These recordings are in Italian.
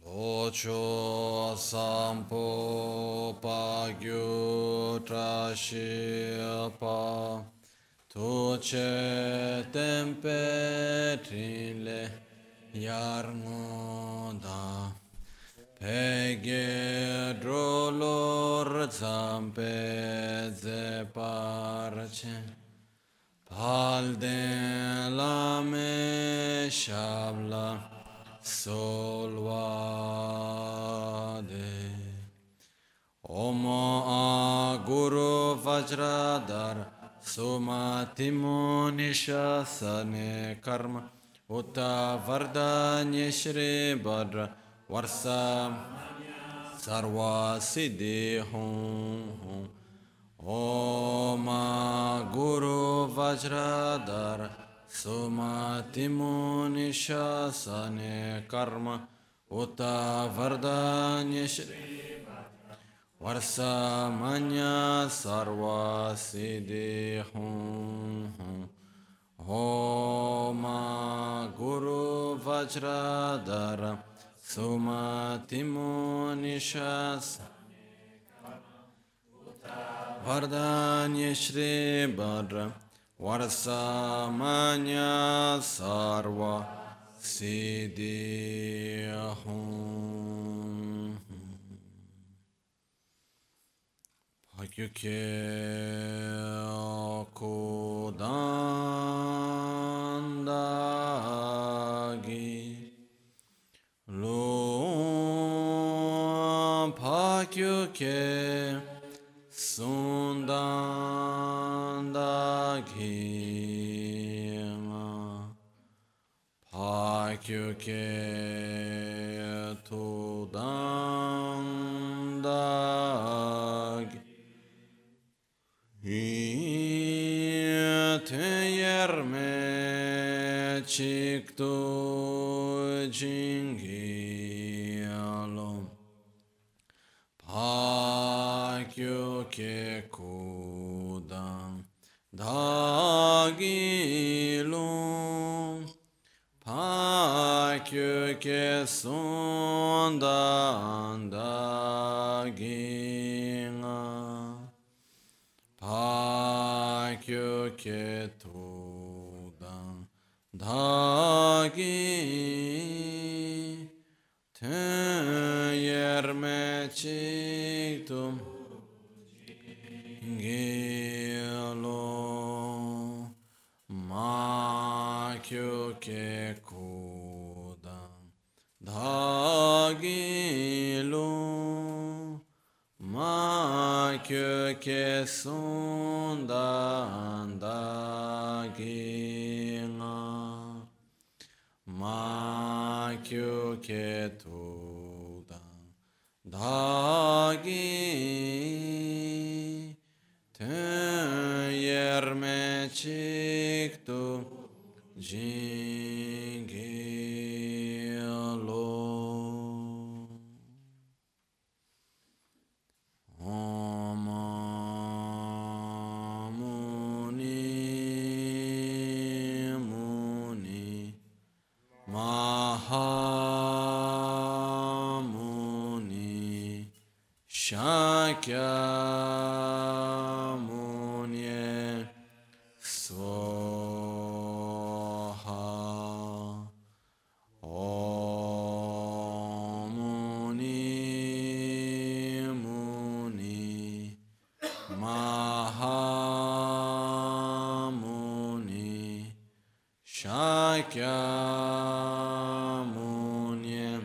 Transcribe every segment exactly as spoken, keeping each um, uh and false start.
Ocho sampo pagyu trashi pa tuce tempe trile yarno da peghe drolor zampe zeparce palden lame shabla solvade Om Guru Vajradhar Sumatimo Nishasane Karma Uta Vardanya Shri Bhadra Varsa Sarva Siddhi Hum Hum Om Guru Vajradhar Sumatimo Nishasane Karma Uta Vardanya Shri Varsa Manya Sarva Siddhi Hum Hum Om Guru Vajradhara Sumatimo Nishas Vardanya Shri Bhadra Varsa Manya Sarva Siddhi Hum Hakyuke Kodandagi Lo Pakyuke Sundandagi Pakyuke Tudandagi Yerme Chikto Jingyalo Pakyo Ke Kudan Dagilo Pakyo Ke Sundan Dagina Pakyo Ke Tudan Dagi Ten Yerme Chiktum Gilo Makyo Ke Kudan Dagilo Makyo Ke Sundandagina Makyo Ke Tudan Dagi Ten Yerme Chiktu Jingilo Om Muni Muni Mahamuni Shakyamuni Swaha Om Muni Muni Mahamuni Shakyamuni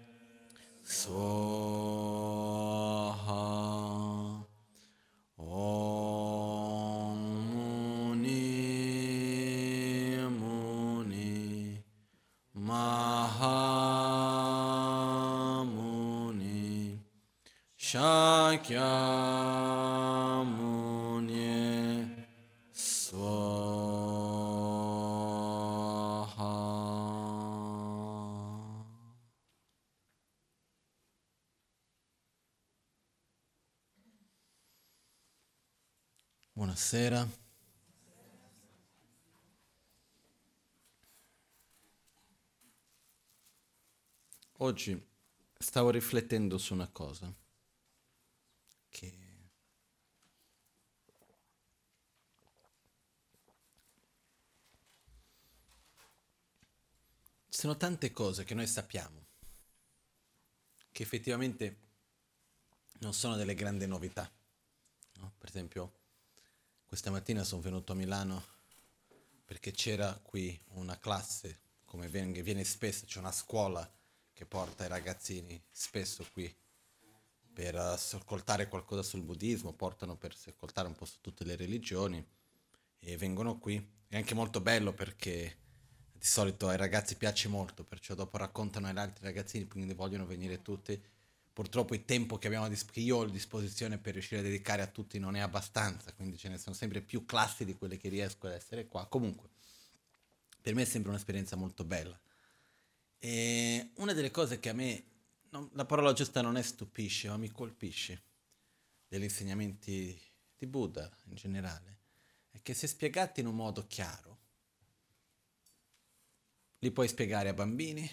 Swaha Om Muni Muni Mahamuni Shakyamuni Swaha. Buonasera. Oggi stavo riflettendo su una cosa, che ci sono tante cose che noi sappiamo, che effettivamente non sono delle grandi novità, no? Per esempio, questa mattina sono venuto a Milano perché c'era qui una classe, come viene, viene spesso, c'è una scuola che porta i ragazzini spesso qui per uh, ascoltare qualcosa sul buddismo, portano per ascoltare un po' su tutte le religioni e vengono qui. È anche molto bello perché di solito ai ragazzi piace molto, perciò dopo raccontano agli altri ragazzini, quindi vogliono venire tutti. Purtroppo il tempo che, abbiamo a dis- che io ho a disposizione per riuscire a dedicare a tutti non è abbastanza, quindi ce ne sono sempre più classi di quelle che riesco ad essere qua. Comunque, per me è sempre un'esperienza molto bella. E una delle cose che a me, non- la parola giusta non è stupisce, ma mi colpisce degli insegnamenti di Buddha in generale, è che se spiegati in un modo chiaro, li puoi spiegare a bambini,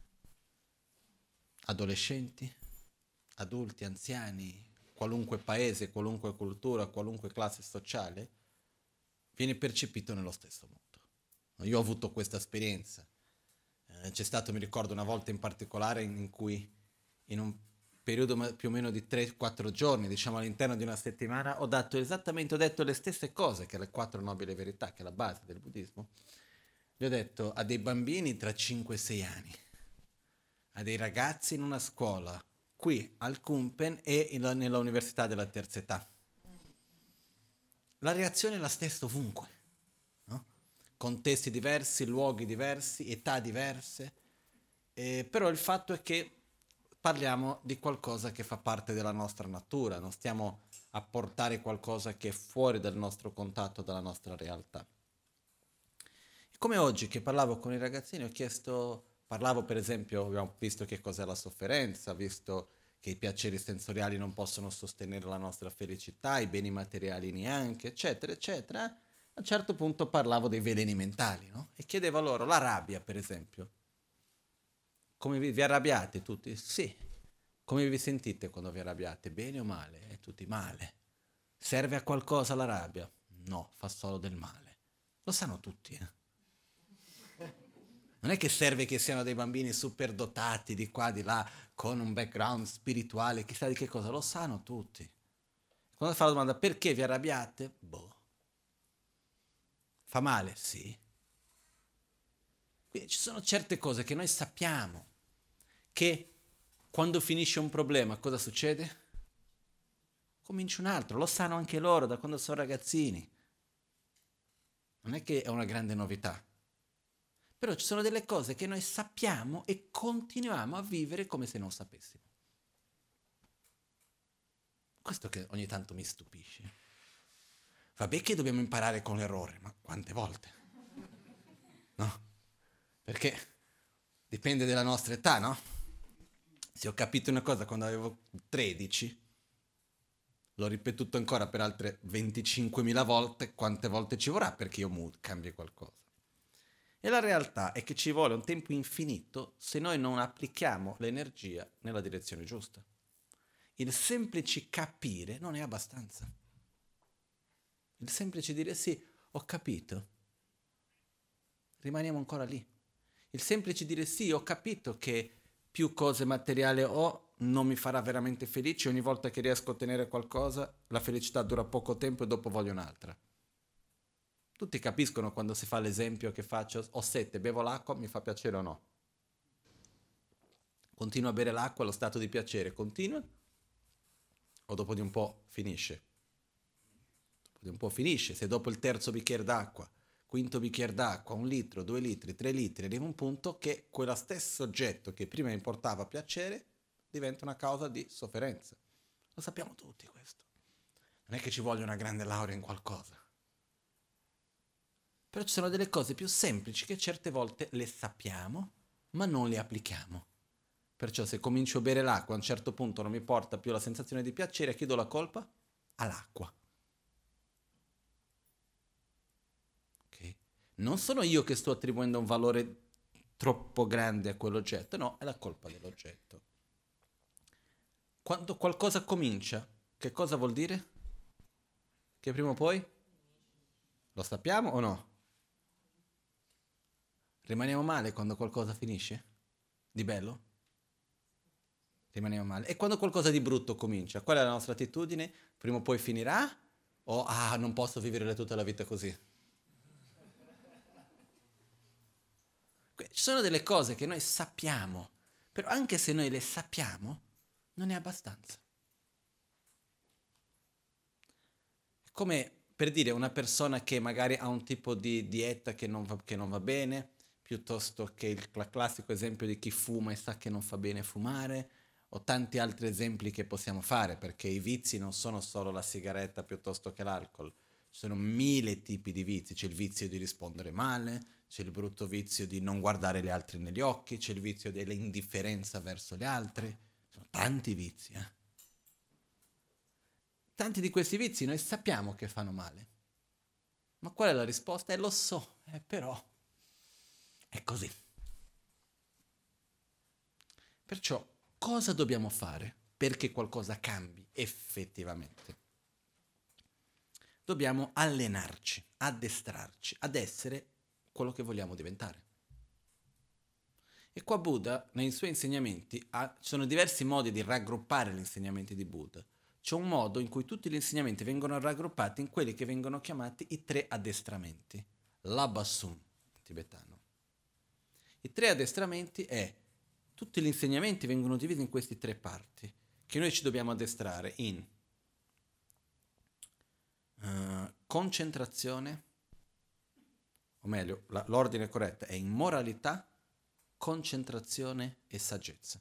adolescenti, adulti, anziani, qualunque paese, qualunque cultura, qualunque classe sociale, viene percepito nello stesso modo. Io ho avuto questa esperienza. Eh, c'è stato, mi ricordo, una volta in particolare in, in cui in un periodo più o meno di tre quattro giorni, diciamo all'interno di una settimana, ho dato esattamente, ho detto le stesse cose che le quattro nobili verità, che è la base del buddismo. Gli ho detto a dei bambini tra cinque e sei anni, a dei ragazzi in una scuola, qui al Kumpen e in, nella università della terza età. La reazione è la stessa ovunque, no? Contesti diversi, luoghi diversi, età diverse, eh, però il fatto è che parliamo di qualcosa che fa parte della nostra natura, non stiamo a portare qualcosa che è fuori dal nostro contatto, dalla nostra realtà. Come oggi che parlavo con i ragazzini ho chiesto, parlavo per esempio, abbiamo visto che cos'è la sofferenza, visto che i piaceri sensoriali non possono sostenere la nostra felicità, i beni materiali neanche, eccetera, eccetera. A un certo punto parlavo dei veleni mentali, no? E chiedevo loro, la rabbia per esempio, come vi, vi arrabbiate tutti? Sì. Come vi sentite quando vi arrabbiate? Bene o male? E tutti male. Serve a qualcosa la rabbia? No, fa solo del male. Lo sanno tutti, eh? Non è che serve che siano dei bambini superdotati di qua, di là, con un background spirituale, chissà di che cosa, lo sanno tutti. Quando fa la domanda perché vi arrabbiate? Boh. Fa male? Sì. Quindi ci sono certe cose che noi sappiamo, che quando finisce un problema cosa succede? Comincia un altro, lo sanno anche loro da quando sono ragazzini. Non è che è una grande novità. Però ci sono delle cose che noi sappiamo e continuiamo a vivere come se non sapessimo. Questo che ogni tanto mi stupisce. Vabbè che dobbiamo imparare con l'errore, ma quante volte? No? Perché dipende dalla nostra età, no? Se ho capito una cosa quando avevo tredici, l'ho ripetuto ancora per altre venticinquemila volte, quante volte ci vorrà perché io mood cambi qualcosa? E la realtà è che ci vuole un tempo infinito se noi non applichiamo l'energia nella direzione giusta. Il semplice capire non è abbastanza. Il semplice dire sì, ho capito, rimaniamo ancora lì. Il semplice dire sì, ho capito che più cose materiali ho non mi farà veramente felice, ogni volta che riesco a ottenere qualcosa la felicità dura poco tempo e dopo voglio un'altra. Tutti capiscono quando si fa l'esempio che faccio, ho sete, bevo l'acqua, mi fa piacere o no? Continuo a bere l'acqua, lo stato di piacere continua o dopo di un po' finisce? Dopo di un po' finisce, se dopo il terzo bicchiere d'acqua, quinto bicchiere d'acqua, un litro, due litri, tre litri, arriva un punto che quello stesso oggetto che prima mi portava piacere diventa una causa di sofferenza. Lo sappiamo tutti questo. Non è che ci voglia una grande laurea in qualcosa. Però ci sono delle cose più semplici che certe volte le sappiamo, ma non le applichiamo. Perciò se comincio a bere l'acqua a un certo punto non mi porta più la sensazione di piacere, a chi do la colpa? All'acqua. Okay? Non sono io che sto attribuendo un valore troppo grande a quell'oggetto, no, è la colpa dell'oggetto. Quando qualcosa comincia, che cosa vuol dire? Che prima o poi? Lo sappiamo o no? Rimaniamo male quando qualcosa finisce? Di bello? Rimaniamo male. E quando qualcosa di brutto comincia, qual è la nostra attitudine? Prima o poi finirà? O ah, non posso vivere tutta la vita così? Ci sono delle cose che noi sappiamo, però anche se noi le sappiamo, non è abbastanza. È come per dire una persona che magari ha un tipo di dieta che non va, che non va bene, piuttosto che il cl- classico esempio di chi fuma e sa che non fa bene fumare, o tanti altri esempi che possiamo fare, perché i vizi non sono solo la sigaretta piuttosto che l'alcol, ci sono mille tipi di vizi, c'è il vizio di rispondere male, c'è il brutto vizio di non guardare gli altri negli occhi, c'è il vizio dell'indifferenza verso gli altri, sono tanti vizi, eh. Tanti di questi vizi noi sappiamo che fanno male, ma qual è la risposta? Eh, lo so, eh, però è così. Perciò cosa dobbiamo fare perché qualcosa cambi effettivamente? Dobbiamo allenarci, addestrarci ad essere quello che vogliamo diventare. E qua Buddha, nei suoi insegnamenti, ha, ci sono diversi modi di raggruppare gli insegnamenti di Buddha. C'è un modo in cui tutti gli insegnamenti vengono raggruppati in quelli che vengono chiamati i tre addestramenti. L'Abasum, tibetano. I tre addestramenti è, tutti gli insegnamenti vengono divisi in queste tre parti, che noi ci dobbiamo addestrare in uh, concentrazione, o meglio, la, l'ordine corretto è in moralità, concentrazione e saggezza.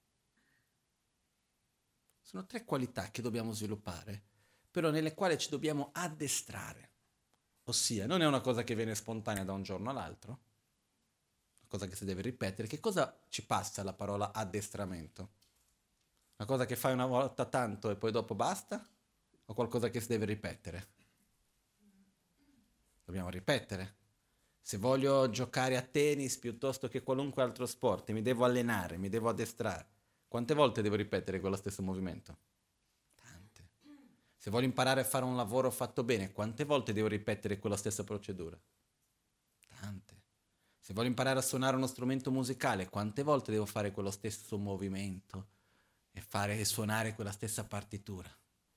Sono tre qualità che dobbiamo sviluppare, però nelle quali ci dobbiamo addestrare. Ossia, non è una cosa che viene spontanea da un giorno all'altro, una cosa che si deve ripetere. Che cosa ci passa la parola addestramento? Una cosa che fai una volta tanto e poi dopo basta? O qualcosa che si deve ripetere? Dobbiamo ripetere. Se voglio giocare a tennis piuttosto che qualunque altro sport, mi devo allenare, mi devo addestrare. Quante volte devo ripetere quello stesso movimento? Tante. Se voglio imparare a fare un lavoro fatto bene, quante volte devo ripetere quella stessa procedura? Tante. Se voglio imparare a suonare uno strumento musicale, quante volte devo fare quello stesso movimento e fare e suonare quella stessa partitura?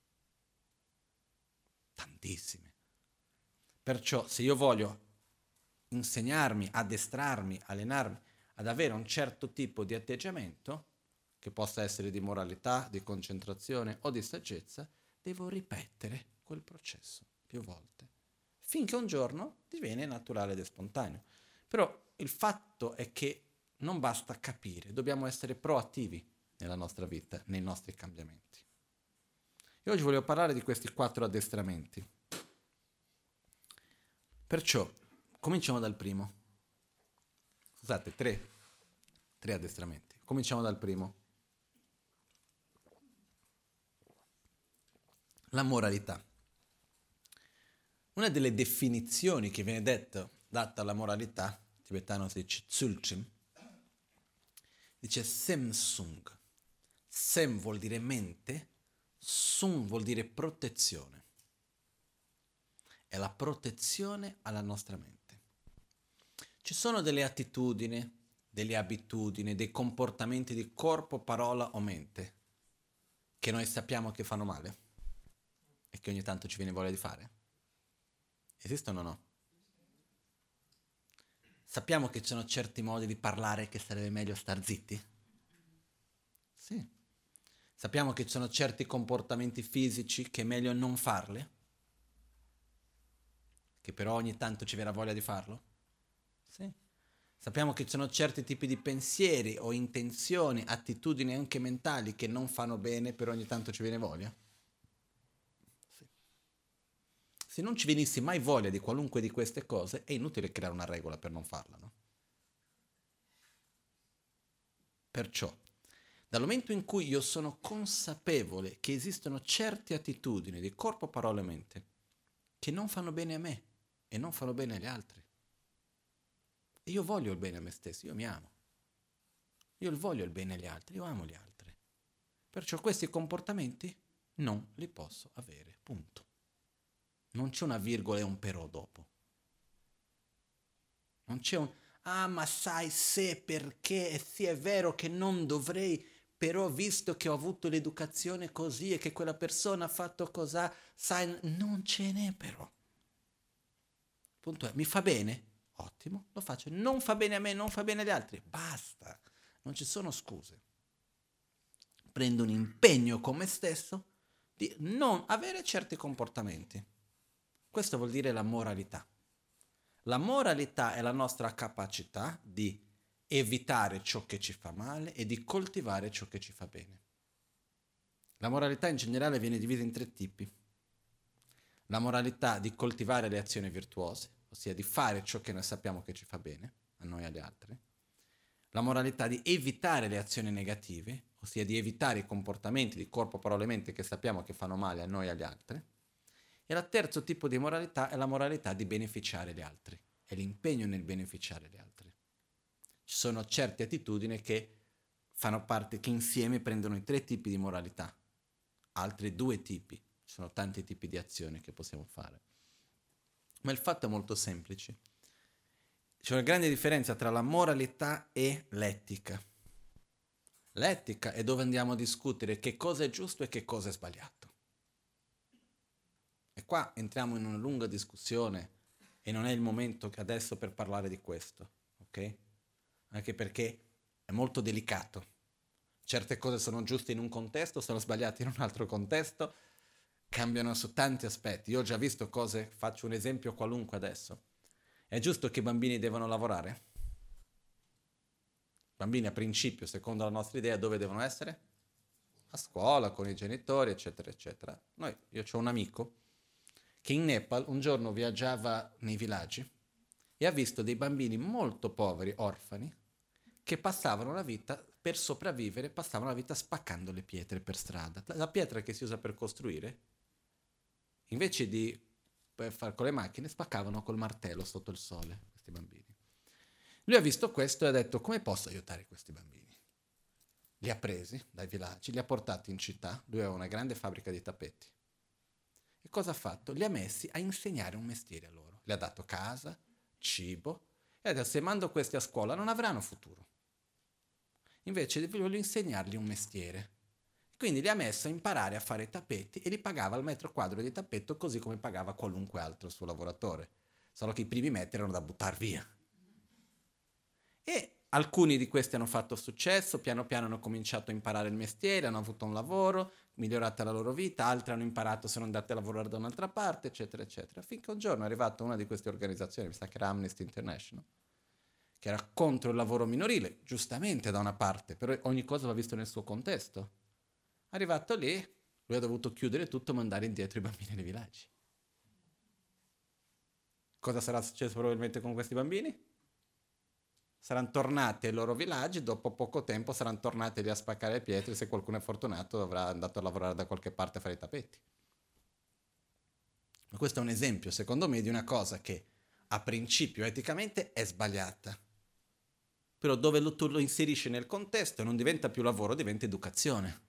Tantissime. Perciò se io voglio insegnarmi, addestrarmi, allenarmi ad avere un certo tipo di atteggiamento, che possa essere di moralità, di concentrazione o di saggezza, devo ripetere quel processo più volte, finché un giorno diviene naturale ed spontaneo. Però il fatto è che non basta capire, dobbiamo essere proattivi nella nostra vita, nei nostri cambiamenti. E oggi voglio parlare di questi quattro addestramenti. Perciò, cominciamo dal primo. Scusate, tre. Tre addestramenti. Cominciamo dal primo. La moralità. Una delle definizioni che viene detta, data alla moralità, in tibetano si dice tsulchim, dice Semsung. Sem vuol dire mente, Sung vuol dire protezione. È la protezione alla nostra mente. Ci sono delle attitudini, delle abitudini, dei comportamenti di corpo, parola o mente che noi sappiamo che fanno male e che ogni tanto ci viene voglia di fare. Esistono o no? Sappiamo che ci sono certi modi di parlare che sarebbe meglio star zitti? Sì. Sappiamo che ci sono certi comportamenti fisici che è meglio non farli? Che però ogni tanto ci verrà voglia di farlo? Sì. Sappiamo che ci sono certi tipi di pensieri o intenzioni, attitudini anche mentali che non fanno bene, però ogni tanto ci viene voglia? Sì. Se non ci venisse mai voglia di qualunque di queste cose, è inutile creare una regola per non farla, no? Perciò, dal momento in cui io sono consapevole che esistono certe attitudini di corpo, parola e mente che non fanno bene a me e non fanno bene agli altri, e io voglio il bene a me stesso, io mi amo, io voglio il bene agli altri, io amo gli altri, Perciò questi comportamenti non li posso avere, punto. Non c'è una virgola e un però dopo. Non c'è un, ah ma sai se perché, e sì è vero che non dovrei, però visto che ho avuto l'educazione così e che quella persona ha fatto così, sai, non ce n'è però. Il punto è, mi fa bene? Ottimo, lo faccio. Non fa bene a me, non fa bene agli altri. Basta, non ci sono scuse. Prendo un impegno con me stesso di non avere certi comportamenti. Questo vuol dire la moralità. La moralità è la nostra capacità di evitare ciò che ci fa male e di coltivare ciò che ci fa bene. La moralità in generale viene divisa in tre tipi. La moralità di coltivare le azioni virtuose, ossia di fare ciò che noi sappiamo che ci fa bene, a noi e agli altri. La moralità di evitare le azioni negative, ossia di evitare i comportamenti di corpo, parole e mente che sappiamo che fanno male a noi e agli altri. E il terzo tipo di moralità è la moralità di beneficiare gli altri, è l'impegno nel beneficiare gli altri. Ci sono certe attitudini che fanno parte, che insieme prendono i tre tipi di moralità, altri due tipi, ci sono tanti tipi di azioni che possiamo fare. Ma il fatto è molto semplice. C'è una grande differenza tra la moralità e l'etica. L'etica è dove andiamo a discutere che cosa è giusto e che cosa è sbagliato. E qua entriamo in una lunga discussione e non è il momento adesso per parlare di questo, ok? Anche perché è molto delicato. Certe cose sono giuste in un contesto, sono sbagliate in un altro contesto, cambiano su tanti aspetti. Io ho già visto cose, faccio un esempio qualunque adesso. È giusto che i bambini devono lavorare? I bambini a principio, secondo la nostra idea, dove devono essere? A scuola, con i genitori, eccetera, eccetera. Noi, io ho un amico che in Nepal un giorno viaggiava nei villaggi e ha visto dei bambini molto poveri, orfani, che passavano la vita, per sopravvivere, passavano la vita spaccando le pietre per strada. La pietra che si usa per costruire, invece di per fare con le macchine, spaccavano col martello sotto il sole, questi bambini. Lui ha visto questo e ha detto, come posso aiutare questi bambini? Li ha presi dai villaggi, li ha portati in città, lui aveva una grande fabbrica di tappeti. E cosa ha fatto? Li ha messi a insegnare un mestiere a loro. Gli ha dato casa, cibo, e adesso se mando questi a scuola non avranno futuro. Invece voglio insegnargli un mestiere. Quindi li ha messo a imparare a fare i tappeti e li pagava al metro quadro di tappeto così come pagava qualunque altro suo lavoratore. Solo che i primi metri erano da buttare via. E alcuni di questi hanno fatto successo, piano piano hanno cominciato a imparare il mestiere, hanno avuto un lavoro, migliorata la loro vita, altri hanno imparato, sono andati a lavorare da un'altra parte, eccetera, eccetera. Finché un giorno è arrivata una di queste organizzazioni, mi sa che era Amnesty International, che era contro il lavoro minorile, giustamente da una parte, però ogni cosa va visto nel suo contesto. Arrivato lì, lui ha dovuto chiudere tutto e mandare indietro i bambini nei villaggi. Cosa sarà successo probabilmente con questi bambini? Saranno tornati ai loro villaggi, dopo poco tempo saranno tornati lì a spaccare le pietre, se qualcuno è fortunato avrà andato a lavorare da qualche parte a fare i tappeti. Ma questo è un esempio, secondo me, di una cosa che a principio eticamente è sbagliata, però dove lo, tu lo inserisci nel contesto non diventa più lavoro, diventa educazione.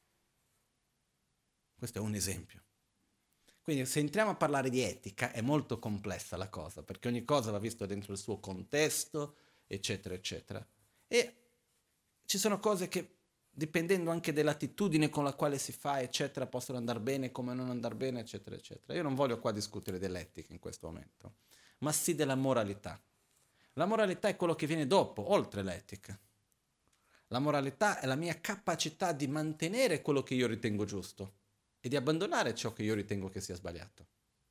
Questo è un esempio. Quindi se entriamo a parlare di etica è molto complessa la cosa, perché ogni cosa va vista dentro il suo contesto, eccetera, eccetera. E ci sono cose che, dipendendo anche dell'attitudine con la quale si fa, eccetera, possono andare bene come non andare bene, eccetera, eccetera. Io non voglio qua discutere dell'etica in questo momento, ma sì della moralità. La moralità è quello che viene dopo, oltre l'etica. La moralità è la mia capacità di mantenere quello che io ritengo giusto e di abbandonare ciò che io ritengo che sia sbagliato.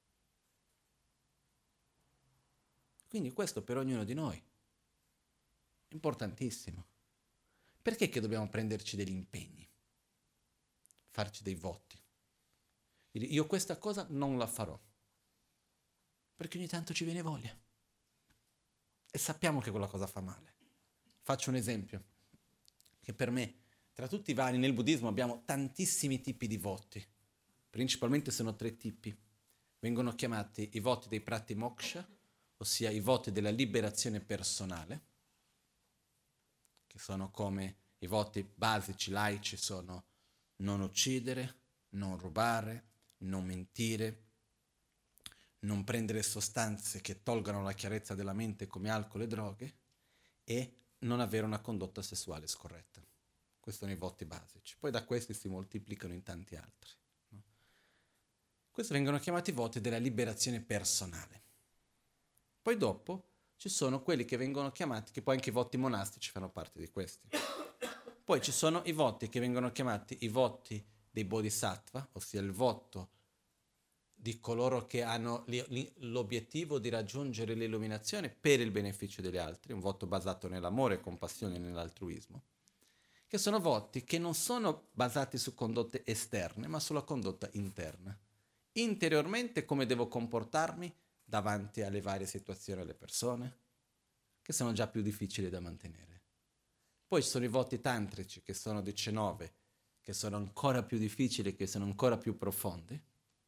Quindi questo per ognuno di noi è importantissimo. Perché che dobbiamo prenderci degli impegni? Farci dei voti? Io questa cosa non la farò. Perché ogni tanto ci viene voglia. E sappiamo che quella cosa fa male. Faccio un esempio. Che per me, tra tutti i vari, nel buddismo abbiamo tantissimi tipi di voti. Principalmente sono tre tipi. Vengono chiamati i voti dei pratimoksha, ossia i voti della liberazione personale, che sono come i voti basici, laici, sono non uccidere, non rubare, non mentire, non prendere sostanze che tolgano la chiarezza della mente come alcol e droghe e non avere una condotta sessuale scorretta. Questi sono i voti basici. Poi da questi si moltiplicano in tanti altri. No? Questi vengono chiamati voti della liberazione personale. Poi dopo ci sono quelli che vengono chiamati, che poi anche i voti monastici fanno parte di questi. Poi ci sono i voti che vengono chiamati i voti dei bodhisattva, ossia il voto di coloro che hanno l'obiettivo di raggiungere l'illuminazione per il beneficio degli altri, un voto basato nell'amore, compassione e nell'altruismo, che sono voti che non sono basati su condotte esterne, ma sulla condotta interna. Interiormente come devo comportarmi davanti alle varie situazioni e alle persone, che sono già più difficili da mantenere. Poi ci sono i voti tantrici, che sono diciannove, che sono ancora più difficili, che sono ancora più profondi.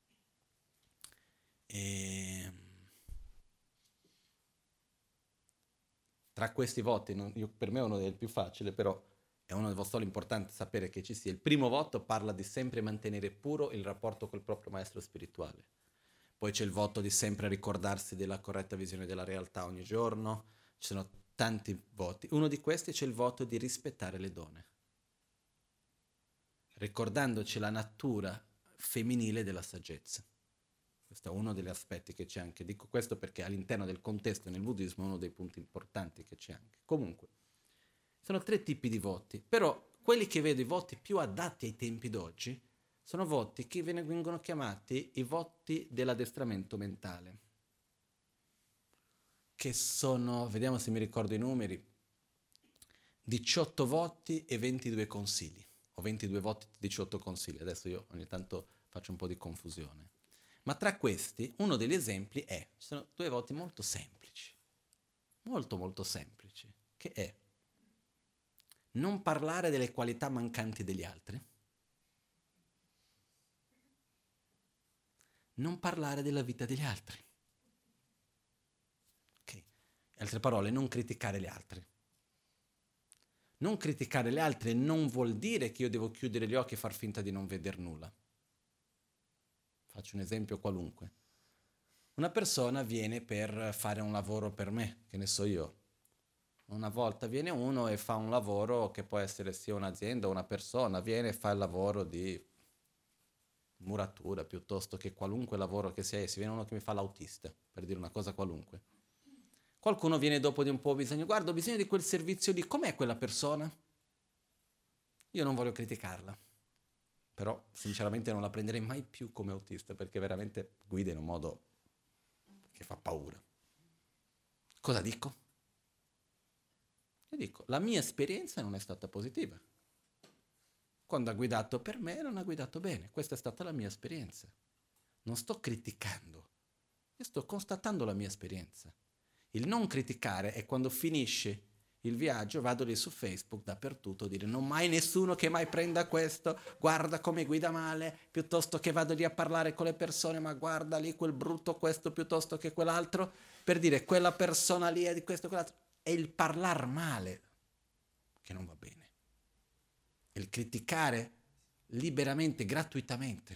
E tra questi voti, non, io, per me è uno dei più facili, però è uno dei voti solo importante sapere che ci sia. Il primo voto parla di sempre mantenere puro il rapporto col proprio maestro spirituale. Poi c'è il voto di sempre ricordarsi della corretta visione della realtà ogni giorno. Ci sono tanti voti. Uno di questi c'è il voto di rispettare le donne, ricordandoci la natura femminile della saggezza. Questo è uno degli aspetti che c'è anche. Dico questo perché all'interno del contesto nel buddismo è uno dei punti importanti che c'è anche. Comunque, sono tre tipi di voti, però quelli che vedo i voti più adatti ai tempi d'oggi sono voti che vengono chiamati i voti dell'addestramento mentale, che sono, vediamo se mi ricordo i numeri, diciotto voti e ventidue consigli, o ventidue voti e diciotto consigli. Adesso io ogni tanto faccio un po' di confusione. Ma tra questi, uno degli esempi è, ci sono due voti molto semplici, molto molto semplici, che è non parlare delle qualità mancanti degli altri, non parlare della vita degli altri. Ok? In altre parole, non criticare gli altri. Non criticare gli altri non vuol dire che io devo chiudere gli occhi e far finta di non veder nulla. Faccio un esempio qualunque. Una persona viene per fare un lavoro per me, che ne so io. Una volta viene uno e fa un lavoro che può essere sia un'azienda o una persona, viene e fa il lavoro di muratura piuttosto che qualunque lavoro che sia essi. Viene uno che mi fa l'autista, per dire una cosa qualunque. Qualcuno viene dopo di un po' bisogno, guarda, ho bisogno di quel servizio lì, com'è quella persona? Io non voglio criticarla. Però sinceramente non la prenderei mai più come autista perché veramente guida in un modo che fa paura. Cosa dico? Io dico, la mia esperienza non è stata positiva. Quando ha guidato per me non ha guidato bene. Questa è stata la mia esperienza. Non sto criticando, io sto constatando la mia esperienza. Il non criticare è quando finisce il viaggio, vado lì su Facebook dappertutto a dire non mai nessuno che mai prenda questo, guarda come guida male, piuttosto che vado lì a parlare con le persone, ma guarda lì quel brutto questo piuttosto che quell'altro, per dire quella persona lì è di questo e quell'altro. È il parlar male che non va bene. È il criticare liberamente, gratuitamente.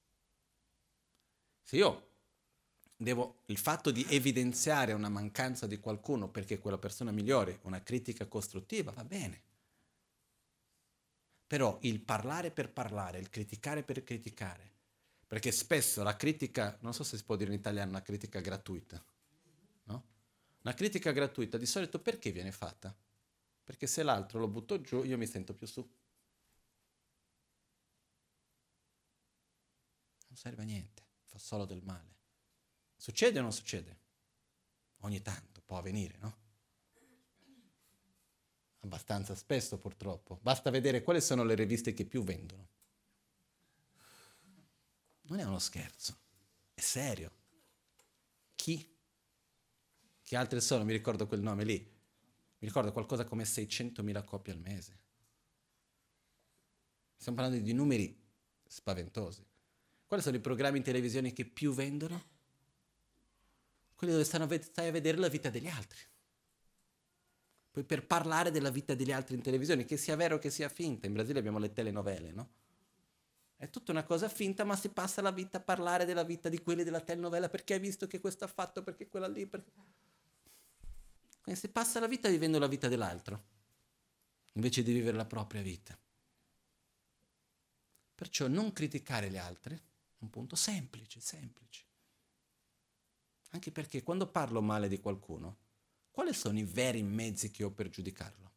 Se io devo, il fatto di evidenziare una mancanza di qualcuno perché quella persona migliore, una critica costruttiva, va bene. Però il parlare per parlare, il criticare per criticare, perché spesso la critica, non so se si può dire in italiano, una critica gratuita, no? Una critica gratuita di solito perché viene fatta? Perché se l'altro lo butto giù, io mi sento più su. Non serve a niente, fa solo del male. Succede o non succede? Ogni tanto può avvenire, no? Abbastanza spesso purtroppo. Basta vedere quali sono le riviste che più vendono. Non è uno scherzo, è serio. Chi? Che altre sono? Mi ricordo quel nome lì. Mi ricordo qualcosa come seicentomila copie al mese. Stiamo parlando di numeri spaventosi. Quali sono i programmi in televisione che più vendono? Quelli dove stanno, stai a vedere la vita degli altri. Poi per parlare della vita degli altri in televisione, che sia vero o che sia finta, in Brasile abbiamo le telenovele, no? È tutta una cosa finta, ma si passa la vita a parlare della vita di quelli della telenovela, perché hai visto che questo ha fatto, perché quella lì... Perché... Quindi si passa la vita vivendo la vita dell'altro, invece di vivere la propria vita. Perciò non criticare gli altri, un punto semplice, semplice. Anche perché quando parlo male di qualcuno, quali sono i veri mezzi che ho per giudicarlo?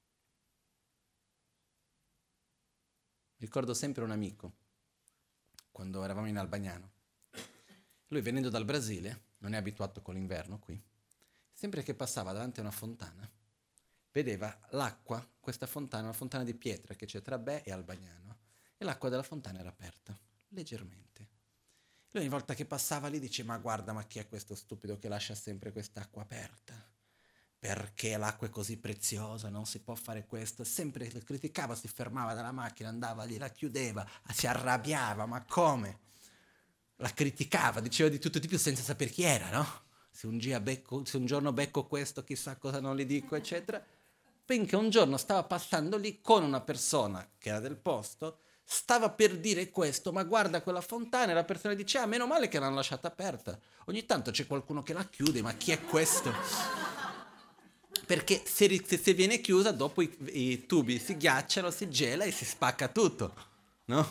Ricordo sempre un amico, quando eravamo in Albagnano. Lui, venendo dal Brasile, non è abituato con l'inverno qui, sempre che passava davanti a una fontana, vedeva l'acqua, questa fontana, una fontana di pietra che c'è tra Be e Albagnano, e l'acqua della fontana era aperta, leggermente. Lui ogni volta che passava lì dice: ma guarda, ma chi è questo stupido che lascia sempre quest'acqua aperta? Perché l'acqua è così preziosa, non si può fare questo. Sempre lo criticava, si fermava dalla macchina, andava lì, la chiudeva, si arrabbiava, ma come? La criticava, diceva di tutto di più senza sapere chi era, no? Se un, becco, se un giorno becco questo, chissà cosa non gli dico, eccetera. Finché un giorno stava passando lì con una persona che era del posto, stava per dire questo: ma guarda quella fontana, e la persona dice: ah, meno male che l'hanno lasciata aperta. Ogni tanto c'è qualcuno che la chiude, ma chi è questo? Perché se, se viene chiusa, dopo i, i tubi si ghiacciano, si gela e si spacca tutto, no?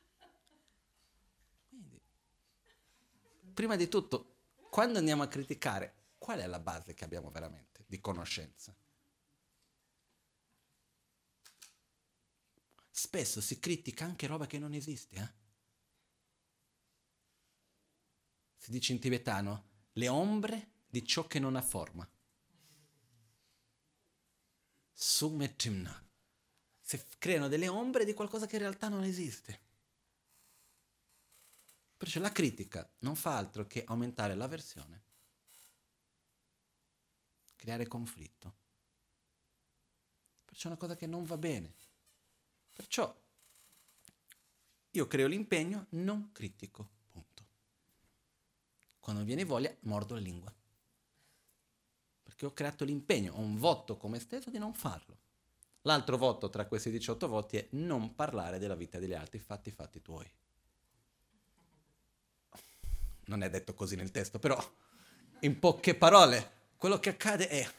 Quindi, prima di tutto, quando andiamo a criticare, qual è la base che abbiamo veramente di conoscenza? Spesso si critica anche roba che non esiste, eh? Si dice in tibetano, le ombre di ciò che non ha forma. Sumetimna. Si creano delle ombre di qualcosa che in realtà non esiste. Perciò la critica non fa altro che aumentare l'avversione, creare conflitto. Perciò è una cosa che non va bene. Perciò io creo l'impegno, non critico, punto. Quando viene voglia, mordo la lingua. Perché ho creato l'impegno, ho un voto come stesso di non farlo. L'altro voto tra questi diciotto voti è non parlare della vita degli altri, fatti i fatti tuoi. Non è detto così nel testo, però in poche parole quello che accade è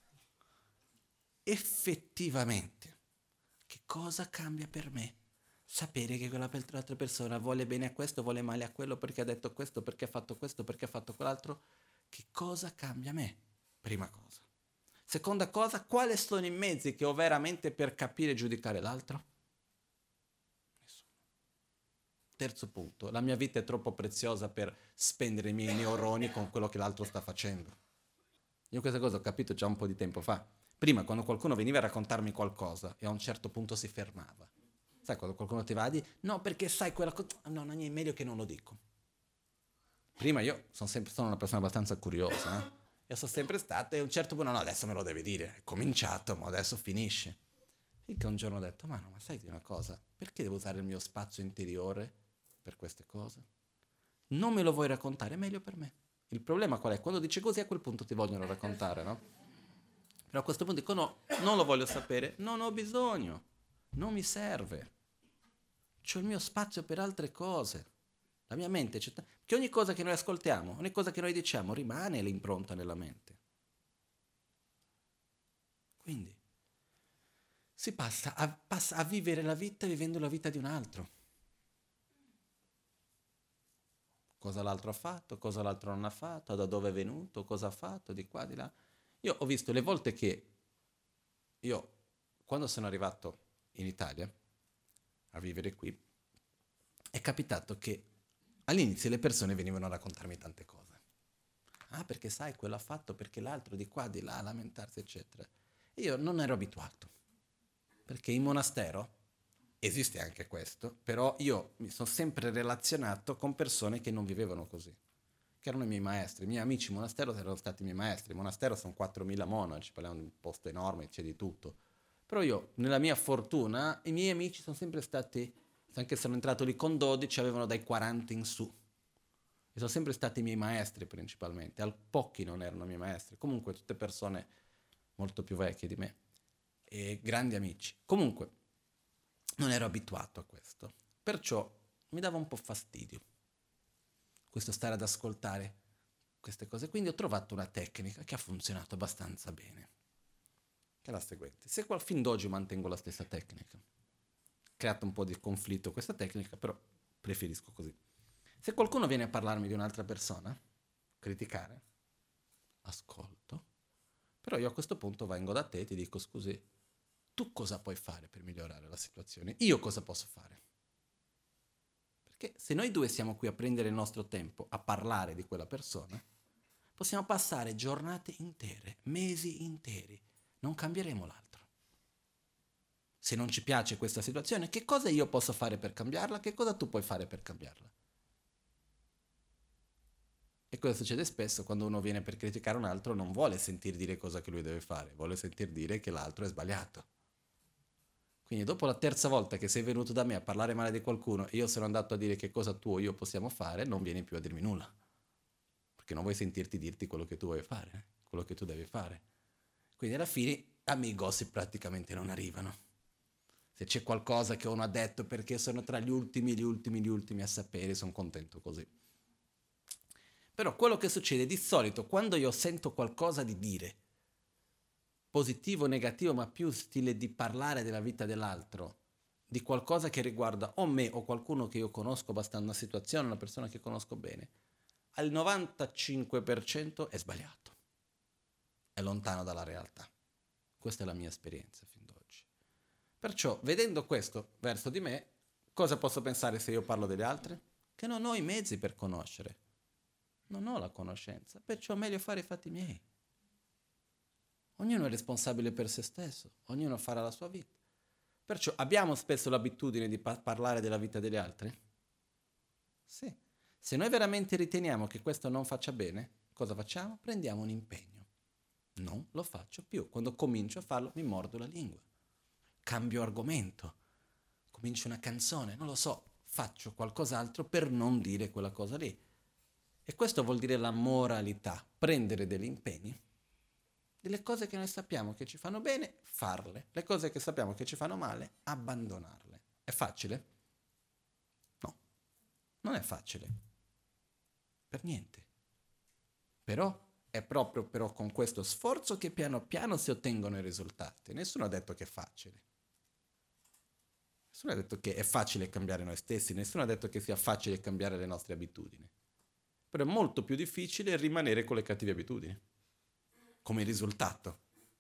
effettivamente che cosa cambia per me sapere che quell'altra persona vuole bene a questo, vuole male a quello, perché ha detto questo, perché ha fatto questo, perché ha fatto quell'altro. Che cosa cambia a me? Prima cosa. Seconda cosa, quali sono i mezzi che ho veramente per capire e giudicare l'altro? Nessuno. Terzo punto, la mia vita è troppo preziosa per spendere i miei neuroni con quello che l'altro sta facendo. Io questa cosa ho capito già un po' di tempo fa. Prima, quando qualcuno veniva a raccontarmi qualcosa e a un certo punto si fermava. Sai, quando qualcuno ti va a dire, no, perché sai quella cosa, no, non è meglio che non lo dico. Prima io sono sempre sono una persona abbastanza curiosa, eh? Io sono sempre stato e a un certo punto, no, adesso me lo devi dire, è cominciato, ma adesso finisce. Finché un giorno ho detto, ma no, ma sai di una cosa, perché devo usare il mio spazio interiore per queste cose? Non me lo vuoi raccontare, è meglio per me. Il problema qual è? Quando dici così, a quel punto ti vogliono raccontare, no? Però a questo punto dico, no, non lo voglio sapere, non ho bisogno, non mi serve. C'ho il mio spazio per altre cose. La mia mente, c'è t- che ogni cosa che noi ascoltiamo, ogni cosa che noi diciamo, rimane l'impronta nella mente. Quindi si passa a, passa a vivere la vita vivendo la vita di un altro. Cosa l'altro ha fatto, cosa l'altro non ha fatto, da dove è venuto, cosa ha fatto, di qua, di là. Io ho visto le volte che io, quando sono arrivato in Italia, a vivere qui, è capitato che all'inizio le persone venivano a raccontarmi tante cose. Ah, perché sai, quello ha fatto, perché l'altro, di qua, di là, a lamentarsi, eccetera. E io non ero abituato, perché in monastero esiste anche questo, però io mi sono sempre relazionato con persone che non vivevano così, che erano i miei maestri. I miei amici in monastero erano stati i miei maestri. In monastero sono quattromila monaci, parliamo di un posto enorme, c'è di tutto. Però io, nella mia fortuna, i miei amici sono sempre stati, anche se sono entrato lì con dodici, avevano dai quaranta in su. E sono sempre stati i miei maestri principalmente. Al pochi non erano miei maestri. Comunque tutte persone molto più vecchie di me. E grandi amici. Comunque, non ero abituato a questo. Perciò mi dava un po' fastidio questo stare ad ascoltare queste cose. Quindi ho trovato una tecnica che ha funzionato abbastanza bene, che è la seguente. Se qual fin d'oggi mantengo la stessa tecnica, ho creato un po' di conflitto questa tecnica, però preferisco così. Se qualcuno viene a parlarmi di un'altra persona, criticare, ascolto, però io a questo punto vengo da te e ti dico: scusi, tu cosa puoi fare per migliorare la situazione? Io cosa posso fare? Perché se noi due siamo qui a prendere il nostro tempo a parlare di quella persona, possiamo passare giornate intere, mesi interi, non cambieremo l'altro. Se non ci piace questa situazione, che cosa io posso fare per cambiarla? Che cosa tu puoi fare per cambiarla? E cosa succede spesso quando uno viene per criticare un altro? Non vuole sentir dire cosa che lui deve fare, vuole sentir dire che l'altro è sbagliato. Quindi dopo la terza volta che sei venuto da me a parlare male di qualcuno e io sono andato a dire che cosa tu o io possiamo fare, non vieni più a dirmi nulla. Perché non vuoi sentirti dirti quello che tu vuoi fare, quello che tu devi fare. Quindi alla fine a me i gossip praticamente non arrivano. Se c'è qualcosa che uno ha detto perché sono tra gli ultimi, gli ultimi, gli ultimi a sapere, sono contento così. Però quello che succede di solito quando io sento qualcosa di dire, positivo o negativo, ma più stile di parlare della vita dell'altro, di qualcosa che riguarda o me o qualcuno che io conosco abbastanza, una situazione, una persona che conosco bene, al novantacinque per cento è sbagliato, è lontano dalla realtà. Questa è la mia esperienza fin d'oggi. Perciò, vedendo questo verso di me, cosa posso pensare se io parlo delle altre? Che non ho i mezzi per conoscere, non ho la conoscenza, perciò è meglio fare i fatti miei. Ognuno è responsabile per se stesso, ognuno farà la sua vita. Perciò abbiamo spesso l'abitudine di pa- parlare della vita degli altri? Sì. Se noi veramente riteniamo che questo non faccia bene, cosa facciamo? Prendiamo un impegno. Non lo faccio più. Quando comincio a farlo mi mordo la lingua. Cambio argomento. Comincio una canzone, non lo so, faccio qualcos'altro per non dire quella cosa lì. E questo vuol dire la moralità, prendere degli impegni. Delle cose che noi sappiamo che ci fanno bene, farle. Le cose che sappiamo che ci fanno male, abbandonarle. È facile? No, non è facile. Per niente. Però è proprio però con questo sforzo che piano piano si ottengono i risultati. Nessuno ha detto che è facile. Nessuno ha detto che è facile cambiare noi stessi, nessuno ha detto che sia facile cambiare le nostre abitudini. Però è molto più difficile rimanere con le cattive abitudini, come risultato.